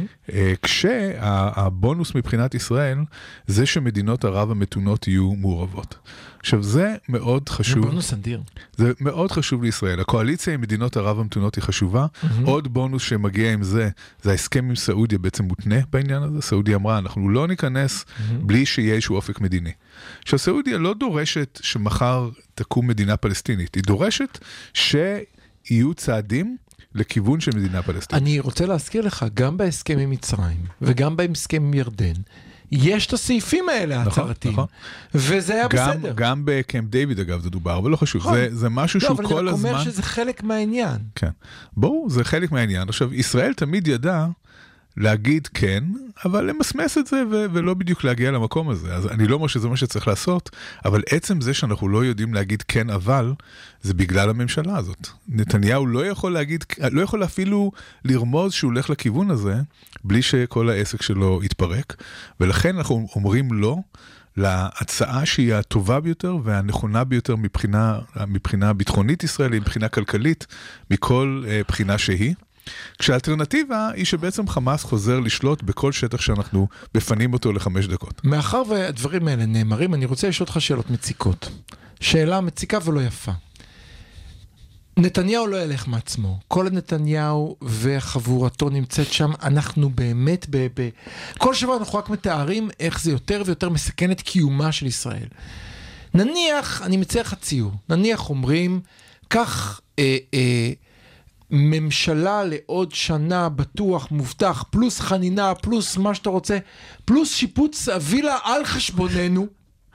[SPEAKER 5] כשהבונוס מבחינת ישראל, זה שמדינות ערב המתונות יהיו מעורבות. עכשיו, זה מאוד חשוב.
[SPEAKER 3] זה בונוס אדיר.
[SPEAKER 5] זה מאוד חשוב לישראל. הקואליציה עם מדינות ערב המתונות היא חשובה. עוד בונוס שמגיע עם זה, זה ההסכם עם סעודיה בעצם מותנה בעניין הזה. סעודיה אמרה, אנחנו לא ניכנס בלי שיהיה איזשהו אופק מדיני. עכשיו, סעודיה לא דורשת שמחר תקום מדינה פלסטינית. היא דורשת ש... יהיו צעדים לכיוון של מדינה פלסטינית.
[SPEAKER 3] אני רוצה להזכיר לך, גם בהסכם עם מצרים, וגם בהסכם עם ירדן, יש את הסעיפים האלה, הצהרתיים. וזה היה בסדר.
[SPEAKER 5] גם בקמפ דיוויד, אגב, זה דובר, אבל לא חשוב. זה משהו שהוא כל הזמן...
[SPEAKER 3] אבל אני רק אומר שזה חלק מהעניין.
[SPEAKER 5] כן. ברור, זה חלק מהעניין. עכשיו, ישראל תמיד ידע להגיד כן, אבל למסמס את זה ולא בדיוק להגיע למקום הזה. אז אני לא אומר שזה מה שצריך לעשות, אבל עצם זה שאנחנו לא יודעים להגיד כן אבל, זה בגלל הממשלה הזאת. נתניהו לא יכול להגיד, לא יכול אפילו לרמוז שהוא הולך לכיוון הזה, בלי שכל העסק שלו יתפרק, ולכן אנחנו אומרים לא, להצעה שהיא הטובה ביותר והנכונה ביותר מבחינה, מבחינה ביטחונית ישראלית, מבחינה כלכלית, מכל בחינה שהיא. כשהאלטרנטיבה היא שבעצם חמאס חוזר לשלוט בכל שטח שאנחנו בפנים אותו לחמש דקות.
[SPEAKER 3] מאחר והדברים האלה נאמרים, אני רוצה לשאול אותך שאלות מציקות. שאלה מציקה ולא יפה. נתניהו לא ילך מעצמו. כל נתניהו וחבורתו נמצאת שם, אנחנו באמת, ב- ב- כל שבוע אנחנו רק מתארים איך זה יותר ויותר מסכן את קיומה של ישראל. נניח, אני מציע לך ציור, נניח אומרים, כך אה, אה, ממשלה לעוד שנה בטוח, מובטח, פלוס חנינה, פלוס מה שאתה רוצה, פלוס שיפוץ הווילה על חשבוננו.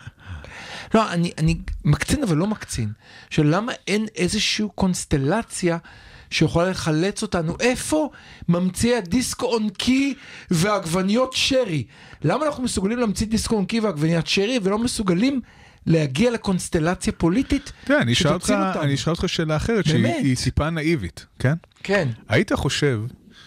[SPEAKER 3] לא, אני, אני מקצין אבל לא מקצין, שלמה אין איזושהי קונסטלציה שיכולה לחלץ אותנו? איפה ממציאי הדיסקו אונקי והעגבניות שרי? למה אנחנו מסוגלים להמציא דיסקו אונקי והעגבניית שרי ולא מסוגלים להגיע לקונסטלציה פוליטית?
[SPEAKER 5] תראה, אני אשאל אותך, אני אשאל אותך שאלה אחרת, שהיא סיפה נאיבית, כן?
[SPEAKER 3] כן.
[SPEAKER 5] היית חושב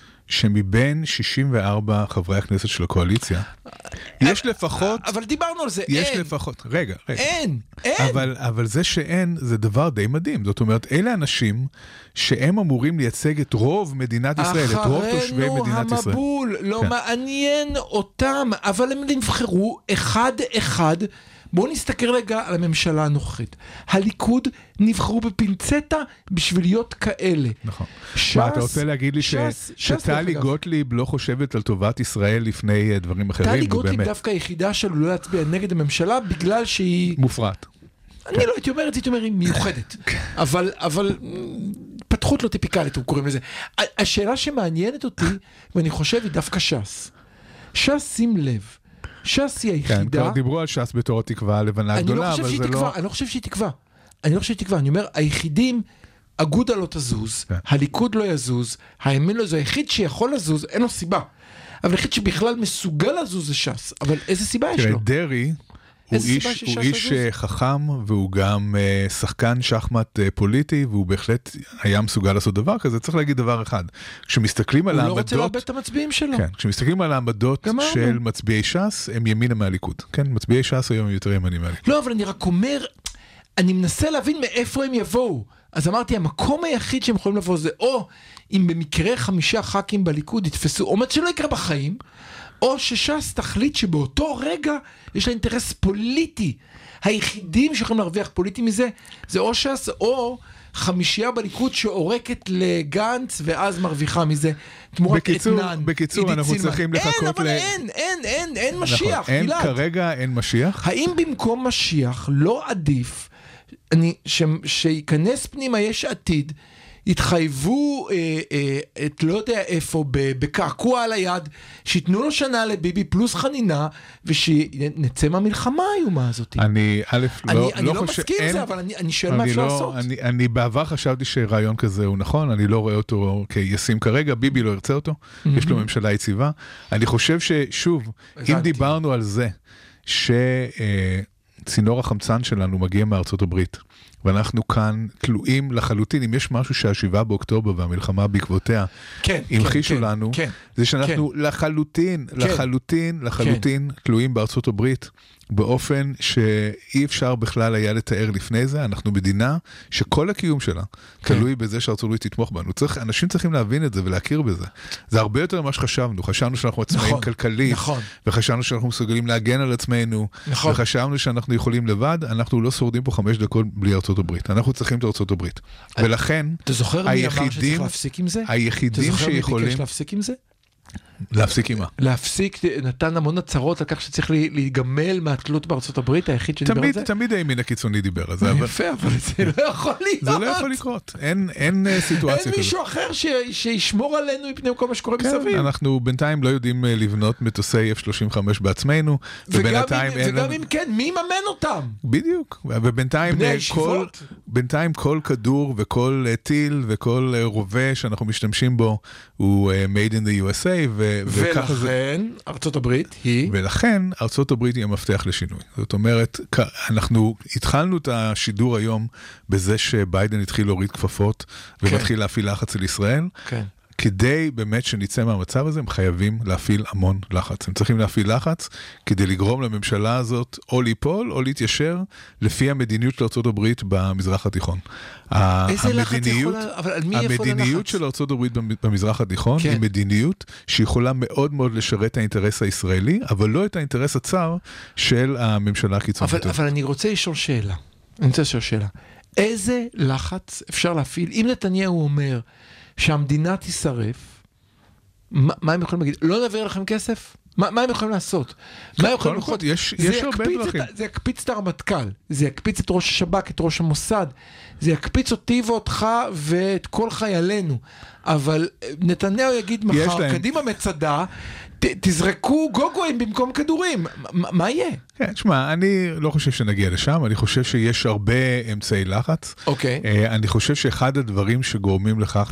[SPEAKER 5] שמבין שישים וארבע חברי הכנסת של הקואליציה, יש לפחות...
[SPEAKER 3] אבל דיברנו על זה,
[SPEAKER 5] יש
[SPEAKER 3] אין.
[SPEAKER 5] לפחות, רגע, רגע.
[SPEAKER 3] אין, אין.
[SPEAKER 5] אבל, אבל זה שאין, זה דבר די מדהים. זאת אומרת, אלה אנשים שהם אמורים לייצג את רוב מדינת ישראל, את רוב תושבי מדינת ישראל.
[SPEAKER 3] אחרינו המבול, לא כן. מעניין אותם, אבל הם נבחרו אחד-אחד. בואו נסתכל רגע על הממשלה הנוכחית. הליכוד נבחרו בפינצטה בשביל להיות כאלה.
[SPEAKER 5] נכון.
[SPEAKER 3] שס,
[SPEAKER 5] מה, אתה רוצה להגיד לי שטלי גוטליב לא חושבת על טובת ישראל לפני דברים אחרים?
[SPEAKER 3] טלי גוטליב דווקא היחידה שלו לא להצביע נגד הממשלה, בגלל שהיא...
[SPEAKER 5] מופרעת.
[SPEAKER 3] אני לא הייתי אומר את זה, הייתי אומר, היא מיוחדת. אבל, אבל, פתחות לא טיפיקלית, הוא קוראים לזה. השאלה שמעניינת אותי, ואני חושב, היא דווקא שס. שס, שים לב. שס היא היחידה...
[SPEAKER 5] כן, כבר דיברו על שס בתור התקווה הלבנה הגדולה, אבל זה לא...
[SPEAKER 3] אני לא חושב שהיא תקווה. אני לא חושב שהיא תקווה. אני אומר, היחידים, אגודה לא תזוז, הליכוד לא יזוז, הימין לא יזוז, היחיד שיכול לזוז, אין לו סיבה. אבל היחיד שבכלל מסוגל לזוז זה שס. אבל איזה סיבה יש לו?
[SPEAKER 5] דרי... הוא איש, הוא איש חכם, והוא גם uh, שחקן שחמט uh, פוליטי, והוא בהחלט היה מסוגל לעשות דבר כזה. צריך להגיד דבר אחד. כשמסתכלים על העמדות... הוא
[SPEAKER 3] לא רוצה לאבד את המצביעים שלו.
[SPEAKER 5] כן, כשמסתכלים על העמדות של מצביעי ש"ס, הם ימינה מהליכוד. כן, מצביעי ש"ס היום יותר ימנים מהליכוד.
[SPEAKER 3] לא, אבל אני רק אומר, אני מנסה להבין מאיפה הם יבואו. אז אמרתי, המקום היחיד שהם יכולים לבוא זה, או אם במקרה חמישה ח"כים בליכוד יתפסו, עומד שלא יקרה בחיים, או שש"ס תחליט שבאותו רגע יש לה אינטרס פוליטי. היחידים שיכולים להרוויח פוליטי מזה, זה או ש"ס או חמישייה בליכוד שעורקת לגנץ, ואז מרוויחה מזה תמורת אתנן.
[SPEAKER 5] בקיצור, אנחנו צריכים לחכות ל...
[SPEAKER 3] אין, אבל אין, אין, אין, אין משיח, גלעד.
[SPEAKER 5] כרגע אין משיח?
[SPEAKER 3] האם במקום משיח לא עדיף שיכנס פנימה יש עתיד, התחייבו, אה, אה, את לא יודע איפה, בקעקוע על היד, שיתנו לו שנה לביבי פלוס חנינה, ושנצא מהמלחמה האיומה הזאת.
[SPEAKER 5] אני, א',
[SPEAKER 3] אני,
[SPEAKER 5] לא,
[SPEAKER 3] אני
[SPEAKER 5] לא,
[SPEAKER 3] לא
[SPEAKER 5] חושב,
[SPEAKER 3] מסכים
[SPEAKER 5] אין,
[SPEAKER 3] לזה, אבל אני, אני שואל מה אפשר
[SPEAKER 5] לא,
[SPEAKER 3] לעשות.
[SPEAKER 5] אני, אני בעבר חשבתי שרעיון כזה הוא נכון, אני לא רואה אותו כישים כרגע, ביבי לא ירצה אותו, mm-hmm. יש לו ממשלה יציבה. אני חושב ששוב, אם דיברנו על זה, שצינור החמצן שלנו מגיע מארצות הברית, ואנחנו כאן תלויים לחלוטין, אם יש משהו שהשבעה באוקטובר והמלחמה בעקבותיה
[SPEAKER 3] כן,
[SPEAKER 5] המחישו
[SPEAKER 3] כן,
[SPEAKER 5] לנו,
[SPEAKER 3] כן,
[SPEAKER 5] זה שאנחנו
[SPEAKER 3] כן.
[SPEAKER 5] לחלוטין, כן. לחלוטין, לחלוטין כן. תלויים בארצות הברית, באופן שאי אפשר בכלל היה לתאר לפני זה. אנחנו מדינה שכל הקיום שלה כן. תלוי בזה שארצות הברית תתמוך בנו. צריך, אנשים צריכים להבין את זה ולהכיר בזה. זה הרבה יותר ממה שחשבנו. חשבנו שאנחנו עצמאים נכון, כלכלית, נכון. וחשבנו שאנחנו מסוגלים להגן על עצמנו, נכון. וחשבנו שאנחנו יכולים לבד. אנחנו לא שורדים פה חמש דקות בלי ארצות הברית. אנחנו צריכים את ארצות הברית. ולכן,
[SPEAKER 3] אתה זוכר מי אמר שצריך להפסיק עם זה?
[SPEAKER 5] היחידים
[SPEAKER 3] שיכולים... אתה זוכר מי ביקש
[SPEAKER 5] שיכולים...
[SPEAKER 3] להפסיק עם זה?
[SPEAKER 5] להפסיק עם מה?
[SPEAKER 3] להפסיק, נתן המון הצהרות על כך שצריך להיגמל מהתלות בארצות הברית, היחיד שדיבר על זה?
[SPEAKER 5] תמיד הימין הקיצוני דיבר על זה.
[SPEAKER 3] יפה, אבל זה לא יכול להיות.
[SPEAKER 5] זה לא יכול לקרות, אין סיטואציה כזאת.
[SPEAKER 3] אין מישהו אחר שישמור עלינו מפני כל מה שקורה מסביב.
[SPEAKER 5] אנחנו בינתיים לא יודעים לבנות מטוסי אף שלושים וחמש בעצמנו,
[SPEAKER 3] וגם אם כן, מי יממן אותם?
[SPEAKER 5] בדיוק, ובינתיים כל כדור וכל טיל וכל רובה שאנחנו משתמשים בו הוא made in the יו אס איי,
[SPEAKER 3] ולכן ארצות הברית היא...
[SPEAKER 5] ולכן ארצות הברית היא המפתח לשינוי. זאת אומרת, אנחנו התחלנו את השידור היום בזה שביידן התחיל להוריד כפפות, ומתחיל להפעיל לחץ על ישראל.
[SPEAKER 3] כן.
[SPEAKER 5] כדי באמת שנצא מהמצב הזה, הם חייבים להפעיל המון לחץ. הם צריכים להפעיל לחץ כדי לגרום לממשלה הזאת או ליפול או להתיישר לפי המדיניות של ארצות הברית במזרח התיכון.
[SPEAKER 3] איזה לחץ יכול... אבל על מי יכול לחץ?
[SPEAKER 5] המדיניות של ארצות הברית במזרח התיכון היא מדיניות שיכולה מאוד מאוד לשרת את האינטרס הישראלי, אבל לא את האינטרס הצר של הממשלה הקיצונית.
[SPEAKER 3] אבל אני רוצה לשאול שאלה. אני רוצה לשאול שאלה. איזה לחץ אפשר להפעיל? אם נתניהו אומר שהמדינה תישרף, מה, מה הם יכולים להגיד? לא נעביר לכם כסף? מה, מה הם יכולים לעשות? מה הם יכולים לעשות?
[SPEAKER 5] יש, יש הרבה דרכים.
[SPEAKER 3] זה יקפיץ את הרמטכ"ל, זה יקפיץ את ראש השב"כ, את ראש המוסד, זה יקפיץ אותי ואותך ואת כל חיילינו. אבל נתניהו יגיד מחר, קדימה מצדה, תזרקו גוגויים במקום כדורים. מה יהיה?
[SPEAKER 5] כן, תשמע, אני לא חושב שנגיע לשם, אני חושב שיש הרבה אמצעי לחץ.
[SPEAKER 3] אוקיי.
[SPEAKER 5] אני חושב שאחד הדברים שגורמים לכך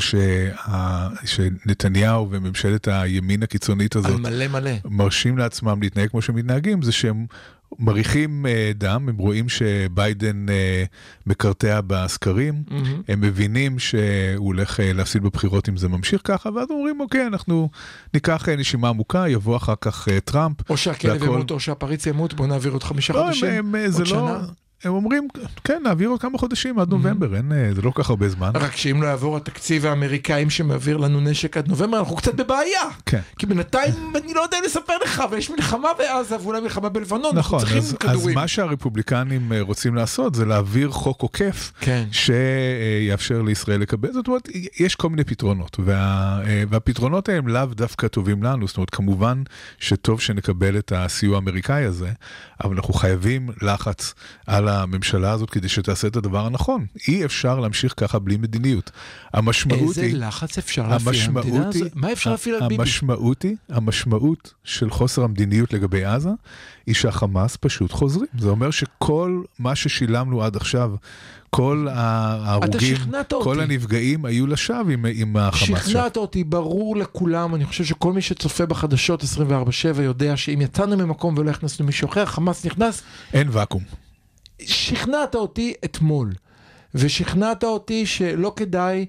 [SPEAKER 5] שנתניהו וממשלת הימין הקיצונית הזאת,
[SPEAKER 3] על מלא מלא,
[SPEAKER 5] מרשים לעצמם להתנהג כמו שהם מתנהגים, זה שהם מריחים דם, הם רואים שביידן מקרטע בסקרים, mm-hmm. הם מבינים שהוא הולך להפסיד בבחירות אם זה ממשיך ככה, ואז אומרים, אוקיי, אנחנו ניקח נשימה עמוקה, יבוא אחר כך טראמפ.
[SPEAKER 3] או שהכלב ימות, או שהפריץ ימות, בוא נעביר עוד חמישה
[SPEAKER 5] לא,
[SPEAKER 3] חודשים,
[SPEAKER 5] הם,
[SPEAKER 3] עוד
[SPEAKER 5] זה
[SPEAKER 3] שנה.
[SPEAKER 5] לא... הם אומרים, כן, נעביר עוד כמה חודשים עד נובמבר, אין, זה לא כך הרבה זמן.
[SPEAKER 3] רק שאם לא יעבור התקציב האמריקאים שמעביר לנו נשק עד נובמבר, אנחנו קצת בבעיה.
[SPEAKER 5] כן.
[SPEAKER 3] כי בינתיים אני לא יודע לספר לך, ויש מלחמה בעזה, ואולי מלחמה בלבנון,
[SPEAKER 5] נכון,
[SPEAKER 3] אנחנו צריכים
[SPEAKER 5] אז,
[SPEAKER 3] כדורים.
[SPEAKER 5] אז מה שהרפובליקנים רוצים לעשות, זה להעביר חוק עוקף,
[SPEAKER 3] כן.
[SPEAKER 5] שיאפשר לישראל לקבל. זאת אומרת, יש כל מיני פתרונות, וה, והפתרונות הם לאו דווקא טובים לנו, זאת אומרת, כמובן שטוב שנקבל את הסיוע האמריקאי הזה, אבל אנחנו חייבים לחץ על הממשלה הזאת כדי שתעשה את הדבר הנכון. אי אפשר להמשיך ככה בלי מדיניות. המשמעות
[SPEAKER 3] היא... איזה לחץ אפשר להפעיל המדינה הזאת? מה אפשר להפעיל על ביבי?
[SPEAKER 5] המשמעות היא, המשמעות של חוסר המדיניות לגבי עזה, היא שהחמאס פשוט חוזרים. זה אומר שכל מה ששילמנו עד עכשיו, כל ההרוגים, כל הנפגעים היו לשווא עם, עם החמאס.
[SPEAKER 3] שכנעת אותי, ברור לכולם, אני חושב שכל מי שצופה בחדשות עשרים וארבע שבע יודע שאם יצאנו ממקום ולא הכנסנו מישהו אחר, חמאס נכנס.
[SPEAKER 5] אין ואקום.
[SPEAKER 3] שכנעת אותי אתמול, ושכנעת אותי שלא כדאי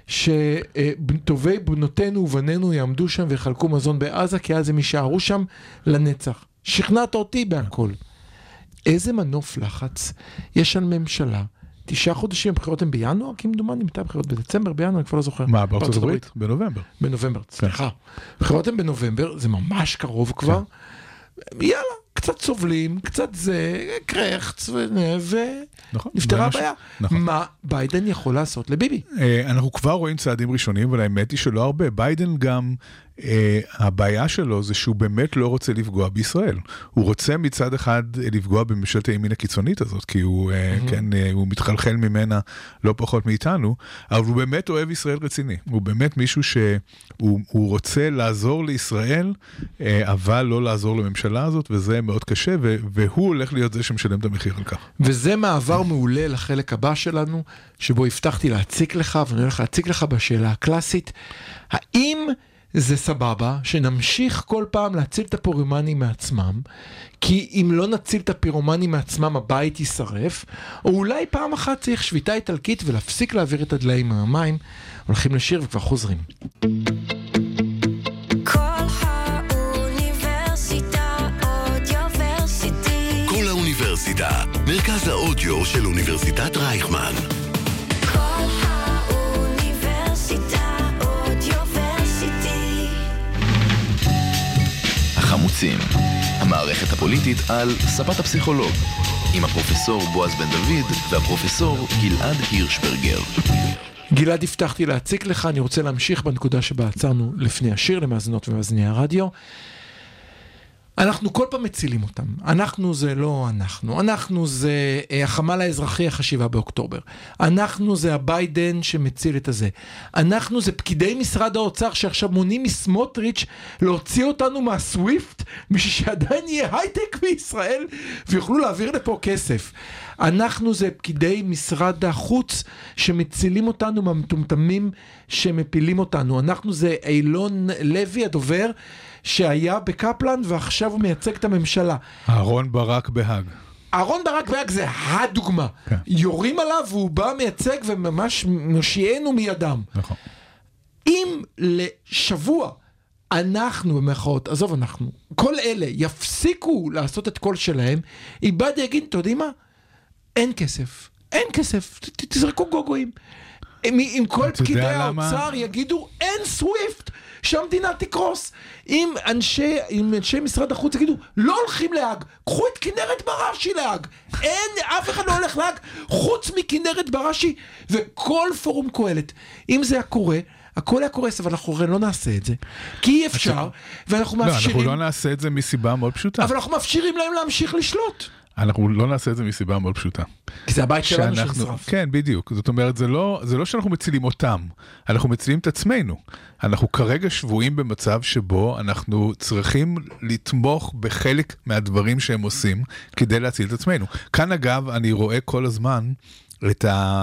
[SPEAKER 3] שטובי בנותינו ובנינו יעמדו שם ויחלקו מזון בעזה, כי אז הם יישארו שם לנצח. שכנעת אותי בהכל. איזה מנוף לחץ יש על ממשלה? תשעה חודשים, הבחירות הן בינואר, כי מדומני, מתי הבחירות? בדצמבר, בינואר, אני כבר לא זוכר.
[SPEAKER 5] מה, בארצות הברית? בנובמבר.
[SPEAKER 3] בנובמבר, סליחה. הבחירות הן בנובמבר, זה ממש קרוב כבר. יאללה, קצת סובלים, קצת זה, קרחץ, ונפטרה הבעיה. מה ביידן יכול לעשות לביבי?
[SPEAKER 5] אנחנו כבר רואים צעדים ראשונים, אבל האמת היא שלא הרבה. ביידן גם, הבעיה שלו זה שהוא באמת לא רוצה לפגוע בישראל. הוא רוצה מצד אחד לפגוע בממשלת הימין הקיצונית הזאת, כי הוא, כן, הוא מתחלחל ממנה לא פחות מאיתנו, אבל הוא באמת אוהב ישראל רציני. הוא באמת מישהו שהוא רוצה לעזור לישראל, אבל לא לעזור לממשלה הזאת, וזה מאוד קשה, והוא הולך להיות זה שמשלם את המחיר על כך.
[SPEAKER 3] וזה מעבר מעולה לחלק הבא שלנו, שבו הבטחתי להציק לך, ואני הולך להציק לך בשאלה הקלאסית, האם זה סבבה שנמשיך כל פעם להציל את הפירומנים מעצמם, כי אם לא נציל את הפירומנים מעצמם הבית יישרף, או אולי פעם אחת צריך שביתה איטלקית ולהפסיק להעביר את הדליים מהמים. הולכים לשיר וכבר חוזרים.
[SPEAKER 1] כל האוניברסיטה, מרכז האודיו של אוניברסיטת רייכמן.
[SPEAKER 4] החמוצים, המערכת הפוליטית על ספת הפסיכולוג, עם הפרופסור בועז בן דוד והפרופסור גלעד הירשברגר.
[SPEAKER 3] גלעד, הבטחתי להציק לך, אני רוצה להמשיך בנקודה שבה עצרנו לפני השיר, למאזינות ומאזיני הרדיו. אנחנו כל פעם מצילים אותם. אנחנו זה לא אנחנו. אנחנו זה החמ"ל האזרחי החשיבה באוקטובר. אנחנו זה הביידן שמציל את הזה. אנחנו זה פקידי משרד האוצר שעכשיו מונים מסמוטריץ' להוציא אותנו מהסוויפט, בשביל שעדיין יהיה הייטק בישראל ויוכלו להעביר לפה כסף. אנחנו זה פקידי משרד החוץ שמצילים אותנו מהמטומטמים שמפילים אותנו. אנחנו זה אילון לוי הדובר שהיה בקפלן ועכשיו הוא מייצג את הממשלה.
[SPEAKER 5] אהרון ברק בהאג.
[SPEAKER 3] אהרון ברק בהאג זה הדוגמה. כן. יורים עליו והוא בא מייצג וממש נושיענו מידם.
[SPEAKER 5] נכון.
[SPEAKER 3] אם לשבוע אנחנו במחאות, עזוב אנחנו, כל אלה יפסיקו לעשות את כל שלהם, איבד יגיד, אתה יודעים מה? אין כסף. אין כסף. ת, תזרקו גוגויים. אם כל פקידי האוצר יגידו, אין סוויפט, שהמדינה תקרוס. אם אנשי, אם אנשי משרד החוץ יגידו, לא הולכים להג, קחו את כנרת בראשי להג. אין, אף אחד לא הולך להג, חוץ מכנרת בראשי, וכל פורום קהלת. אם זה הקורה, הכל היה קורס, אבל אנחנו לא נעשה את זה. כי אי אפשר, ואנחנו מאפשרים...
[SPEAKER 5] לא, אנחנו לא נעשה את זה מסיבה מאוד פשוטה.
[SPEAKER 3] אבל אנחנו מאפשרים להם להמשיך לשלוט.
[SPEAKER 5] אנחנו לא נעשה את זה מסיבה מאוד פשוטה.
[SPEAKER 3] כי זה הבית שלנו שנשרף.
[SPEAKER 5] כן, בדיוק. זאת אומרת, זה לא, זה לא שאנחנו מצילים אותם, אנחנו מצילים את עצמנו. אנחנו כרגע שבועים במצב שבו אנחנו צריכים לתמוך בחלק מהדברים שהם עושים, כדי להציל את עצמנו. כאן אגב, אני רואה כל הזמן את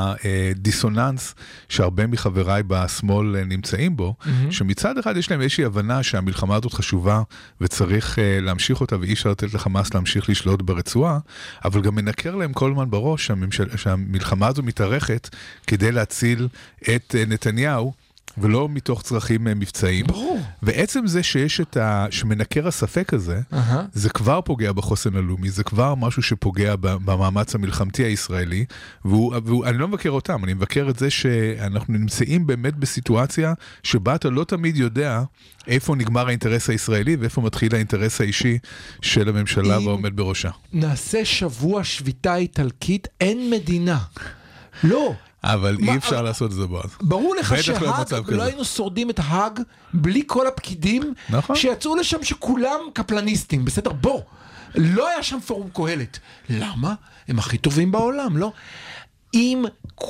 [SPEAKER 5] הדיסוננס שהרבה מחבריי בשמאל נמצאים בו, mm-hmm. שמצד אחד יש להם איזושהי הבנה שהמלחמה הזאת חשובה וצריך להמשיך אותה ואי אפשר לתת לחמאס להמשיך לשלוט ברצועה, אבל גם מנקר להם כל הזמן בראש שהממשל, שהמלחמה הזו מתארכת כדי להציל את נתניהו, ולא מתוך צרכים מבצעים.
[SPEAKER 3] ברור.
[SPEAKER 5] ועצם זה שיש את ה... שמנקר הספק הזה, uh-huh. זה כבר פוגע בחוסן הלאומי, זה כבר משהו שפוגע במאמץ המלחמתי הישראלי, והוא, והוא, אני לא מבקר אותם, אני מבקר את זה שאנחנו נמצאים באמת בסיטואציה שבה אתה לא תמיד יודע איפה נגמר האינטרס הישראלי, ואיפה מתחיל האינטרס האישי של הממשלה והעומד בראשה.
[SPEAKER 3] נעשה שבוע שביתה איטלקית, אין מדינה. לא.
[SPEAKER 5] אבל אי אפשר לעשות את זה בועז.
[SPEAKER 3] ברור לך שהאג, לא היינו שורדים את האג בלי כל הפקידים שיצאו לשם שכולם קפלניסטים, בסדר? בוא, לא היה שם פורום קהלת. למה? הם הכי טובים בעולם, לא? אם...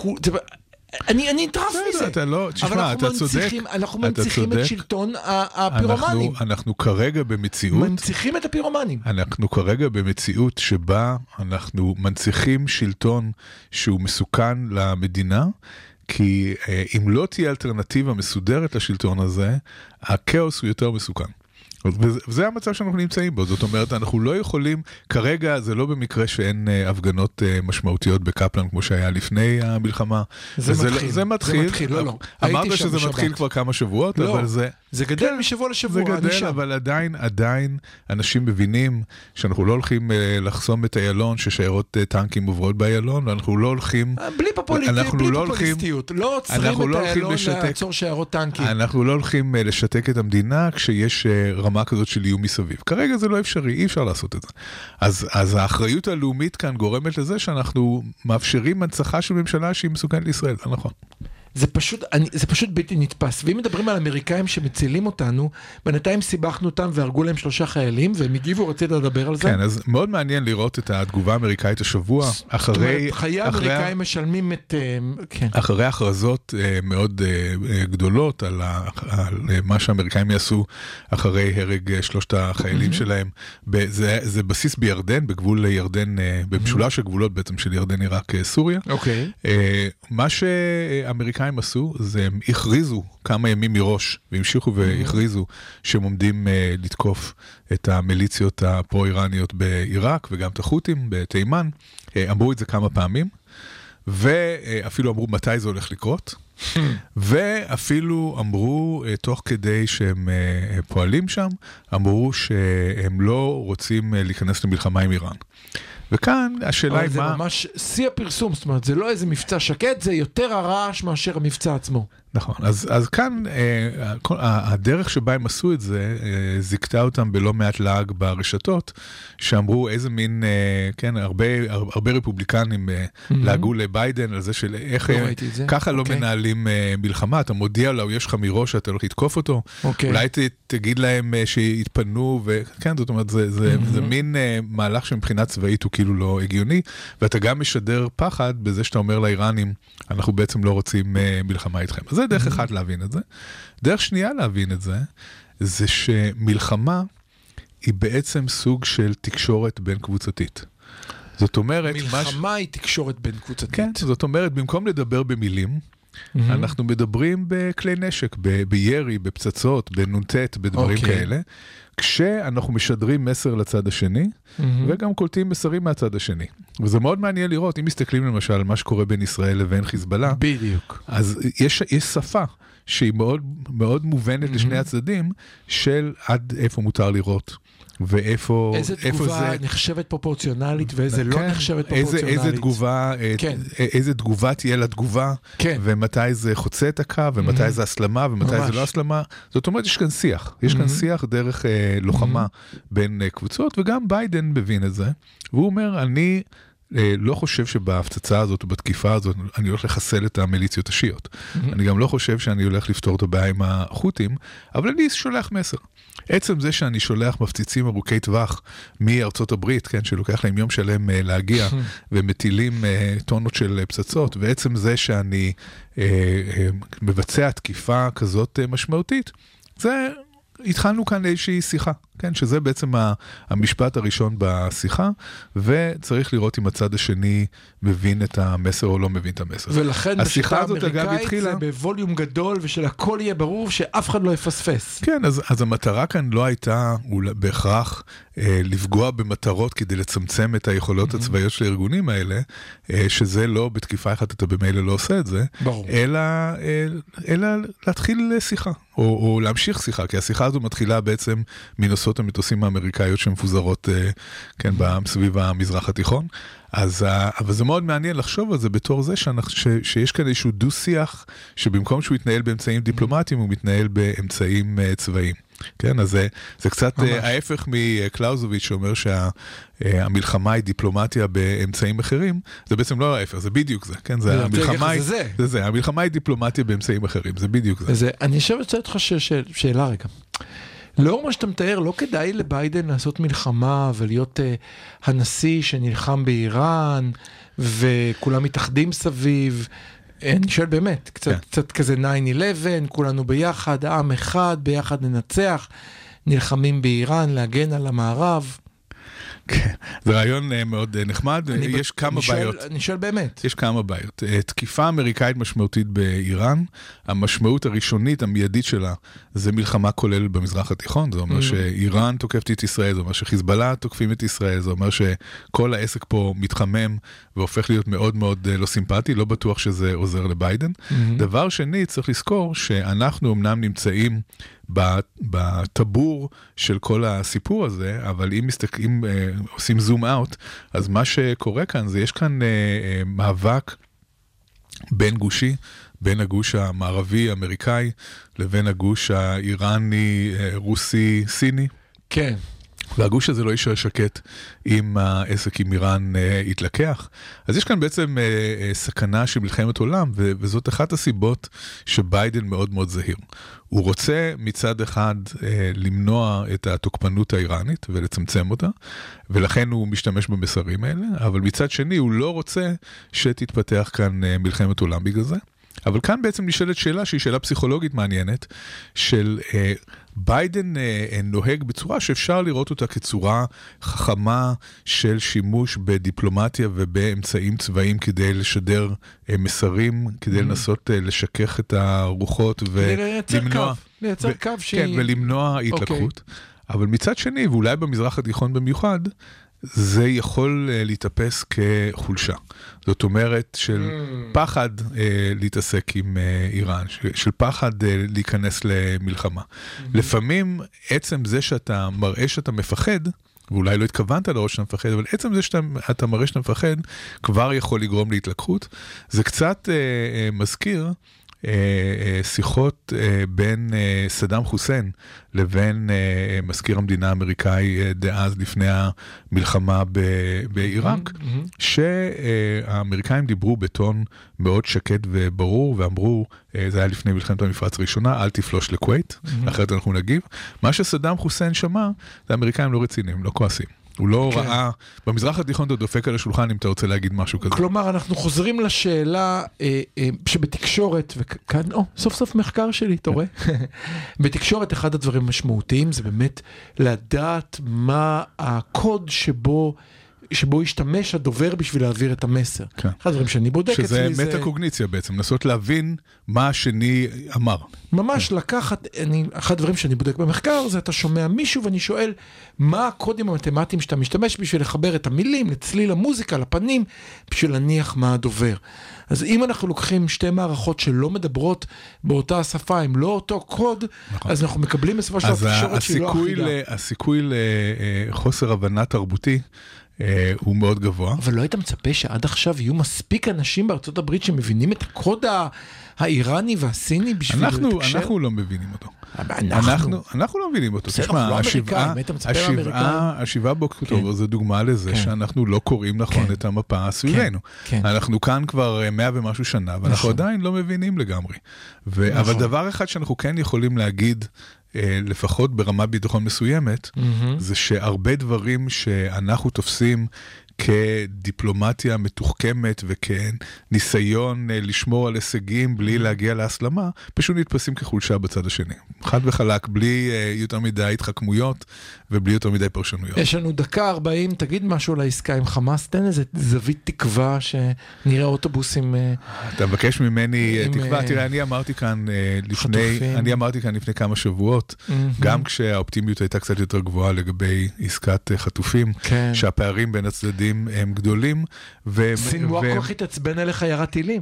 [SPEAKER 3] אני, אני אטרף מזה.
[SPEAKER 5] אתה לא, תשמע, אתה צודק.
[SPEAKER 3] אנחנו מנציחים את שלטון הפירומנים.
[SPEAKER 5] אנחנו, אנחנו כרגע במציאות...
[SPEAKER 3] מנציחים את הפירומנים.
[SPEAKER 5] אנחנו כרגע במציאות שבה אנחנו מנציחים שלטון שהוא מסוכן למדינה, כי אם לא תהיה אלטרנטיבה מסודרת לשלטון הזה, הכאוס הוא יותר מסוכן. וזה המצב שאנחנו נמצאים בו, זאת אומרת, אנחנו לא יכולים, כרגע זה לא במקרה שאין הפגנות משמעותיות בקפלן, כמו שהיה לפני המלחמה.
[SPEAKER 3] זה מתחיל.
[SPEAKER 5] זה מתחיל,
[SPEAKER 3] לא, לא.
[SPEAKER 5] אמרת שזה מתחיל כבר כמה שבועות, אבל זה...
[SPEAKER 3] זה גדל משבוע לשבוע.
[SPEAKER 5] זה גדל, אבל עדיין, עדיין אנשים מבינים שאנחנו לא הולכים לחסום את איילון, ששיירות טנקים עוברות באיילון, ואנחנו לא הולכים...
[SPEAKER 3] בלי פופוליסטיות, לא עוצרים את איילון לעצור שיירות טנקים.
[SPEAKER 5] אנחנו לא הולכים לשתק את המדינה כשיש רמה כזאת של איום מסביב. כרגע זה לא אפשרי, אי אפשר לעשות את זה. אז, אז האחריות הלאומית כאן גורמת לזה שאנחנו מאפשרים הנצחה של ממשלה שהיא מסוכנת לישראל, זה נכון.
[SPEAKER 3] זה פשוט, אני, זה פשוט בלתי נתפס. ואם מדברים על אמריקאים שמצילים אותנו, בינתיים סיבכנו אותם והרגו להם שלושה חיילים, והם הגיבו, רצית לדבר על זה?
[SPEAKER 5] כן, אז מאוד מעניין לראות את התגובה האמריקאית השבוע, אחרי...
[SPEAKER 3] חיי האמריקאים משלמים את... כן.
[SPEAKER 5] אחרי הכרזות מאוד גדולות על, ה, על מה שהאמריקאים יעשו אחרי הרג שלושת החיילים שלהם. זה, זה בסיס בירדן, בגבול ירדן, במשולש הגבולות בעצם של ירדן, עיראק, סוריה.
[SPEAKER 3] אוקיי.
[SPEAKER 5] מה שהאמריקאים הם עשו, זה הם הכריזו כמה ימים מראש, והמשיכו והכריזו שהם עומדים uh, לתקוף את המיליציות הפרו-איראניות בעיראק, וגם את החות'ים בתימן. Uh, אמרו את זה כמה פעמים, ואפילו אמרו מתי זה הולך לקרות, ואפילו אמרו, uh, תוך כדי שהם uh, פועלים שם, אמרו שהם לא רוצים uh, להיכנס למלחמה עם איראן. וכאן השאלה היא מה...
[SPEAKER 3] זה ממש שיא הפרסום, זאת אומרת, זה לא איזה מבצע שקט, זה יותר הרעש מאשר המבצע עצמו.
[SPEAKER 5] נכון, אז, אז כאן אה, כל, הדרך שבה הם עשו את זה, אה, זיקתה אותם בלא מעט לעג ברשתות, שאמרו איזה מין, אה, כן, הרבה, הרבה רפובליקנים אה, mm-hmm. לעגו לביידן על זה של איך,
[SPEAKER 3] לא
[SPEAKER 5] אה, ככה okay. לא מנהלים אה, מלחמה, אתה מודיע לו, יש לך מראש שאתה הולך לתקוף אותו, okay. אולי ת, תגיד להם אה, שיתפנו, וכן, זאת אומרת, זה, זה, mm-hmm. זה מין אה, מהלך שמבחינה צבאית הוא כאילו לא הגיוני, ואתה גם משדר פחד בזה שאתה אומר לאיראנים, אנחנו בעצם לא רוצים אה, מלחמה איתכם. אז זה דרך אחת להבין את זה. דרך שנייה להבין את זה, זה שמלחמה היא בעצם סוג של תקשורת בין קבוצתית. זאת אומרת...
[SPEAKER 3] מלחמה מש... היא תקשורת בין קבוצתית.
[SPEAKER 5] כן, זאת אומרת, במקום לדבר במילים, mm-hmm. אנחנו מדברים בכלי נשק, ב- בירי, בפצצות, בנונטט, בדברים okay. כאלה, כשאנחנו משדרים מסר לצד השני, mm-hmm. וגם קולטים מסרים מהצד השני. וזה מאוד מעניין לראות, אם מסתכלים למשל על מה שקורה בין ישראל לבין חיזבאללה,
[SPEAKER 3] בדיוק.
[SPEAKER 5] אז יש, יש שפה שהיא מאוד, מאוד מובנת mm-hmm. לשני הצדדים, של עד איפה מותר לראות. ואיפה
[SPEAKER 3] איזה
[SPEAKER 5] איפה
[SPEAKER 3] תגובה
[SPEAKER 5] זה...
[SPEAKER 3] נחשבת פרופורציונלית ואיזה
[SPEAKER 5] כן,
[SPEAKER 3] לא נחשבת פרופורציונלית.
[SPEAKER 5] איזה, איזה תגובה, כן. איזה תגובה תהיה לתגובה, כן. ומתי זה חוצה את הקו, ומתי mm-hmm. זה הסלמה, ומתי ממש. זה לא הסלמה. זאת אומרת, יש כאן שיח. יש mm-hmm. כאן שיח דרך אה, לוחמה mm-hmm. בין אה, קבוצות, וגם ביידן מבין את זה. והוא אומר, אני אה, לא חושב שבהפצצה הזאת, או בתקיפה הזאת, אני הולך לחסל את המיליציות השיעיות. Mm-hmm. אני גם לא חושב שאני הולך לפתור את הבעיה עם החות'ים, אבל אני שולח מסר. עצם זה שאני שולח מפציצים ארוכי טווח מארצות הברית, כן, שלוקח להם יום שלם uh, להגיע, ומטילים uh, טונות של uh, פצצות, ועצם זה שאני uh, uh, מבצע תקיפה כזאת uh, משמעותית, זה... התחלנו כאן איזושהי שיחה, כן, שזה בעצם המשפט הראשון בשיחה, וצריך לראות אם הצד השני מבין את המסר או לא מבין את המסר.
[SPEAKER 3] ולכן בשיחה האמריקאית זה בווליום גדול, ושלכל יהיה ברור שאף אחד לא יפספס.
[SPEAKER 5] כן, אז, אז המטרה כאן לא הייתה בהכרח אה, לפגוע במטרות כדי לצמצם את היכולות הצבאיות של הארגונים האלה, אה, שזה לא, בתקיפה אחת אתה במילא לא עושה את זה, ברור. אלא, אה, אלא להתחיל שיחה. או, או להמשיך שיחה, כי השיחה הזו מתחילה בעצם מנוסעות המטוסים האמריקאיות שמפוזרות, כן, סביב המזרח התיכון. אז, אבל זה מאוד מעניין לחשוב על זה בתור זה שאנחנו, ש, שיש כאן איזשהו דו-שיח, שבמקום שהוא יתנהל באמצעים דיפלומטיים, הוא מתנהל באמצעים צבאיים. כן, אז זה, זה קצת ממש. ההפך מקלאוזוביץ' שאומר שהמלחמה היא דיפלומטיה באמצעים אחרים, זה בעצם לא ההפך, זה בדיוק זה, כן, זה המלחמה היא, זה זה, זה, המלחמה היא דיפלומטיה באמצעים אחרים, זה בדיוק זה.
[SPEAKER 3] וזה, אני חושב שצריך אותך שאלה רגע. לאור מה שאתה מתאר, לא כדאי לביידן לעשות מלחמה ולהיות uh, הנשיא שנלחם באיראן, וכולם מתאחדים סביב, אני שואל באמת, קצת, yeah. קצת כזה ניין אלבן, כולנו ביחד, עם אחד, ביחד ננצח, נלחמים באיראן, להגן על המערב.
[SPEAKER 5] כן, זה רעיון מאוד נחמד, יש כמה בעיות.
[SPEAKER 3] אני שואל באמת.
[SPEAKER 5] יש כמה בעיות. תקיפה אמריקאית משמעותית באיראן, המשמעות הראשונית, המיידית שלה, זה מלחמה כוללת במזרח התיכון, זה אומר שאיראן תוקפת את ישראל, זה אומר שחיזבאללה תוקפים את ישראל, זה אומר שכל העסק פה מתחמם והופך להיות מאוד מאוד לא סימפטי, לא בטוח שזה עוזר לביידן. דבר שני, צריך לזכור שאנחנו אמנם נמצאים בטבור של כל הסיפור הזה, אבל אם מסתכלים, עושים זום אאוט, אז מה שקורה כאן זה, יש כאן מאבק בין גושי, בין הגוש המערבי, האמריקאי, לבין הגוש האיראני, רוסי, סיני.
[SPEAKER 3] כן.
[SPEAKER 5] והגוש הזה לא יישאר שקט אם העסק עם איראן אה, יתלקח. אז יש כאן בעצם אה, אה, סכנה של מלחמת עולם, ו- וזאת אחת הסיבות שביידן מאוד מאוד זהיר. הוא רוצה מצד אחד אה, למנוע את התוקפנות האיראנית ולצמצם אותה, ולכן הוא משתמש במסרים האלה, אבל מצד שני הוא לא רוצה שתתפתח כאן אה, מלחמת עולם בגלל זה. אבל כאן בעצם נשאלת שאלה שהיא שאלה פסיכולוגית מעניינת, של אה, ביידן אה, נוהג בצורה שאפשר לראות אותה כצורה חכמה של שימוש בדיפלומטיה ובאמצעים צבאיים כדי לשדר אה, מסרים, כדי mm-hmm. לנסות אה, לשכך את הרוחות ולמנוע,
[SPEAKER 3] לייצר ו- קו שהיא...
[SPEAKER 5] כן, ולמנוע התלקחות. Okay. אבל מצד שני, ואולי במזרח התיכון במיוחד, זה יכול uh, להתאפס כחולשה. זאת אומרת של mm. פחד uh, להתעסק עם uh, איראן, של, של פחד uh, להיכנס למלחמה. Mm-hmm. לפעמים עצם זה שאתה מראה שאתה מפחד, ואולי לא התכוונת לראש שאתה מפחד, אבל עצם זה שאתה מראה שאתה מפחד, כבר יכול לגרום להתלקחות. זה קצת uh, uh, מזכיר שיחות בין סדאם חוסיין לבין מזכיר המדינה האמריקאי דאז לפני המלחמה בעיראק, שהאמריקאים דיברו בטון מאוד שקט וברור, ואמרו, זה היה לפני מלחמת המפרץ הראשונה, אל תפלוש לכווית, אחרת אנחנו נגיב. מה שסדאם חוסיין שמע, זה האמריקאים לא רציניים, לא כועסים. הוא לא כן. ראה, במזרח התיכון אתה דופק על השולחן אם אתה רוצה להגיד משהו כזה.
[SPEAKER 3] כלומר, אנחנו חוזרים לשאלה אה, אה, שבתקשורת, וכאן, או, סוף סוף מחקר שלי, אתה רואה? בתקשורת אחד הדברים משמעותיים זה באמת לדעת מה הקוד שבו, שבו ישתמש הדובר בשביל להעביר את המסר. כן. אחד הדברים שאני בודק אצלי זה...
[SPEAKER 5] שזה מטה-קוגניציה בעצם, לנסות להבין מה השני אמר.
[SPEAKER 3] ממש כן. לקחת, אני, אחד הדברים שאני בודק במחקר זה אתה שומע מישהו ואני שואל מה הקודים המתמטיים שאתה משתמש בשביל לחבר את המילים, לצליל המוזיקה, לפנים, בשביל להניח מה הדובר. אז אם אנחנו לוקחים שתי מערכות שלא מדברות באותה השפה, עם לא אותו קוד, נכון. אז אנחנו מקבלים בסופו של התקשורת שהיא לא אחידה.
[SPEAKER 5] הסיכוי לחוסר הבנה תרבותי, הוא מאוד גבוה.
[SPEAKER 3] אבל לא היית מצפה שעד עכשיו יהיו מספיק אנשים בארצות הברית שמבינים את הקוד האיראני והסיני בשביל לתקשר?
[SPEAKER 5] אנחנו לא מבינים אותו. אנחנו אנחנו לא מבינים אותו. תשמע, השבעה באוקטובר זה דוגמה לזה שאנחנו לא קוראים נכון את המפה סביבנו. אנחנו כאן כבר מאה ומשהו שנה, ואנחנו עדיין לא מבינים לגמרי. אבל דבר אחד שאנחנו כן יכולים להגיד, לפחות ברמה ביטחון מסוימת, זה שהרבה דברים שאנחנו תופסים כדיפלומטיה מתוחכמת וכניסיון לשמור על הישגים בלי להגיע להסלמה, פשוט נתפסים כחולשה בצד השני. חד וחלק, בלי יותר מדי התחכמויות ובלי יותר מדי פרשנויות.
[SPEAKER 3] יש לנו דקה ארבעים, תגיד משהו על העסקה עם חמאס, תן איזה זווית תקווה שנראה אוטובוסים...
[SPEAKER 5] אתה מבקש ממני תקווה, תראה, אני אמרתי כאן לפני, אני אמרתי כאן לפני כמה שבועות, גם כשהאופטימיות הייתה קצת יותר גבוהה לגבי עסקת חטופים, שהפערים בין הצדדים הם גדולים.
[SPEAKER 3] סינואר כל כך התעצבן אליך ירת טילים.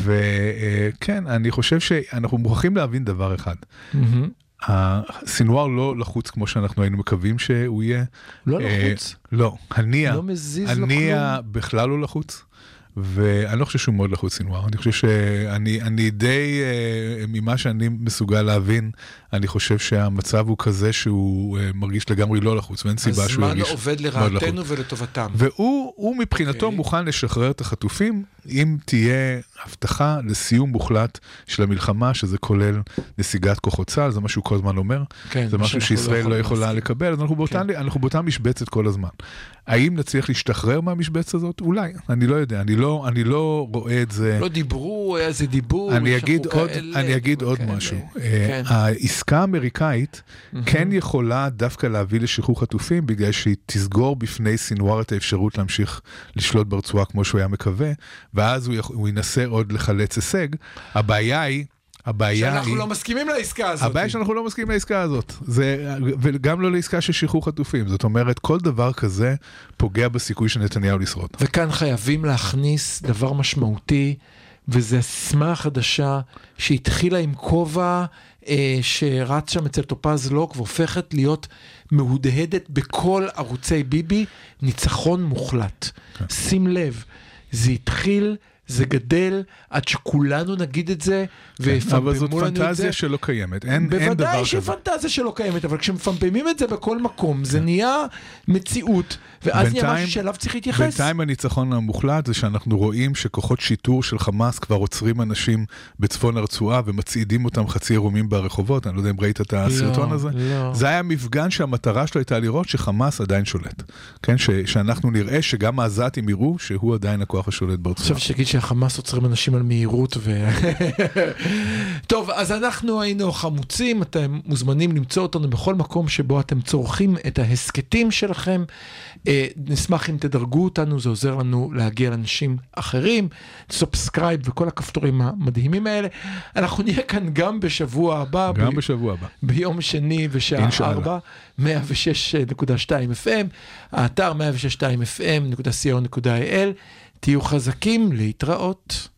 [SPEAKER 5] וכן, אני חושב שאנחנו מוכרחים להבין דבר אחד. הסינואר לא לחוץ כמו שאנחנו היינו מקווים שהוא יהיה.
[SPEAKER 3] לא לחוץ?
[SPEAKER 5] לא, הניע.
[SPEAKER 3] לא מזיז לו כלום.
[SPEAKER 5] הניע בכלל לא לחוץ. ואני לא חושב שהוא מאוד לחוץ סינואר, אני חושב שאני אני די, ממה שאני מסוגל להבין, אני חושב שהמצב הוא כזה שהוא מרגיש לגמרי לא לחוץ, ואין סיבה שהוא ירגיש
[SPEAKER 3] הזמן עובד לרעתנו ולטובתם.
[SPEAKER 5] והוא מבחינתו מוכן לשחרר את החטופים, אם תהיה הבטחה לסיום מוחלט של המלחמה, שזה כולל נסיגת כוחות צה"ל, זה משהו כל הזמן אומר, זה משהו שישראל לא יכולה לקבל, אז אנחנו באותה משבצת כל הזמן. האם נצליח להשתחרר מהמשבצת הזאת? אולי, אני לא יודע, אני לא, אני לא רואה את זה.
[SPEAKER 3] לא דיברו, איזה דיבור.
[SPEAKER 5] אני אגיד עוד, אני אגיד עוד משהו. העסקה האמריקאית כן יכולה דווקא להביא לשחרור חטופים, בגלל שהיא תסגור בפני סינואר את האפשרות להמשיך לשלוט ברצועה כמו שהוא היה מקווה, ואז הוא ינסה עוד לחלץ הישג. הבעיה היא, הבעיה
[SPEAKER 3] שאנחנו
[SPEAKER 5] היא...
[SPEAKER 3] לא מסכימים לעסקה הזאת.
[SPEAKER 5] הבעיה שאנחנו לא מסכימים לעסקה הזאת. זה, וגם לא לעסקה של שחרור חטופים. זאת אומרת, כל דבר כזה פוגע בסיכוי של נתניהו לשרוד.
[SPEAKER 3] וכאן חייבים להכניס דבר משמעותי, וזה הסיסמה החדשה שהתחילה עם כובע אה, שרץ שם אצל טופז לוק, והופכת להיות מהודהדת בכל ערוצי ביבי, ניצחון מוחלט. כן. שים לב, זה התחיל... זה גדל עד שכולנו נגיד את זה,
[SPEAKER 5] אבל זאת פנטזיה שלא קיימת, אין דבר כזה.
[SPEAKER 3] בוודאי שפנטזיה שלא קיימת, אבל כשמפמפמים את זה בכל מקום, זה נהיה מציאות, ואז נהיה משהו שאליו צריך להתייחס.
[SPEAKER 5] בינתיים הניצחון המוחלט זה שאנחנו רואים שכוחות שיטור של חמאס כבר עוצרים אנשים בצפון הרצועה, ומצעידים אותם חצי עירומים ברחובות, אני לא יודע אם ראית את הסרטון הזה. זה היה מפגן שהמטרה שלו הייתה לראות שחמאס עדיין שולט. כן, שאנחנו נראה שגם העזתים יראו שהוא עדיין הכוח השולט ברצועה.
[SPEAKER 3] שהחמאס עוצרים אנשים על מהירות ו... טוב, אז אנחנו היינו חמוצים, אתם מוזמנים למצוא אותנו בכל מקום שבו אתם צורכים את ההסקטים שלכם, נשמח אם תדרגו אותנו, זה עוזר לנו להגיע לאנשים אחרים, סובסקרייב וכל הכפתורים המדהימים האלה. אנחנו נהיה כאן גם בשבוע הבא,
[SPEAKER 5] גם ב... בשבוע הבא.
[SPEAKER 3] ביום שני בשעה ארבע, מאה ושש נקודה שתיים אף אם, האתר מאה ושש נקודה שתיים אף אם נקודה סי או נקודה איי אל, תהיו חזקים, להתראות.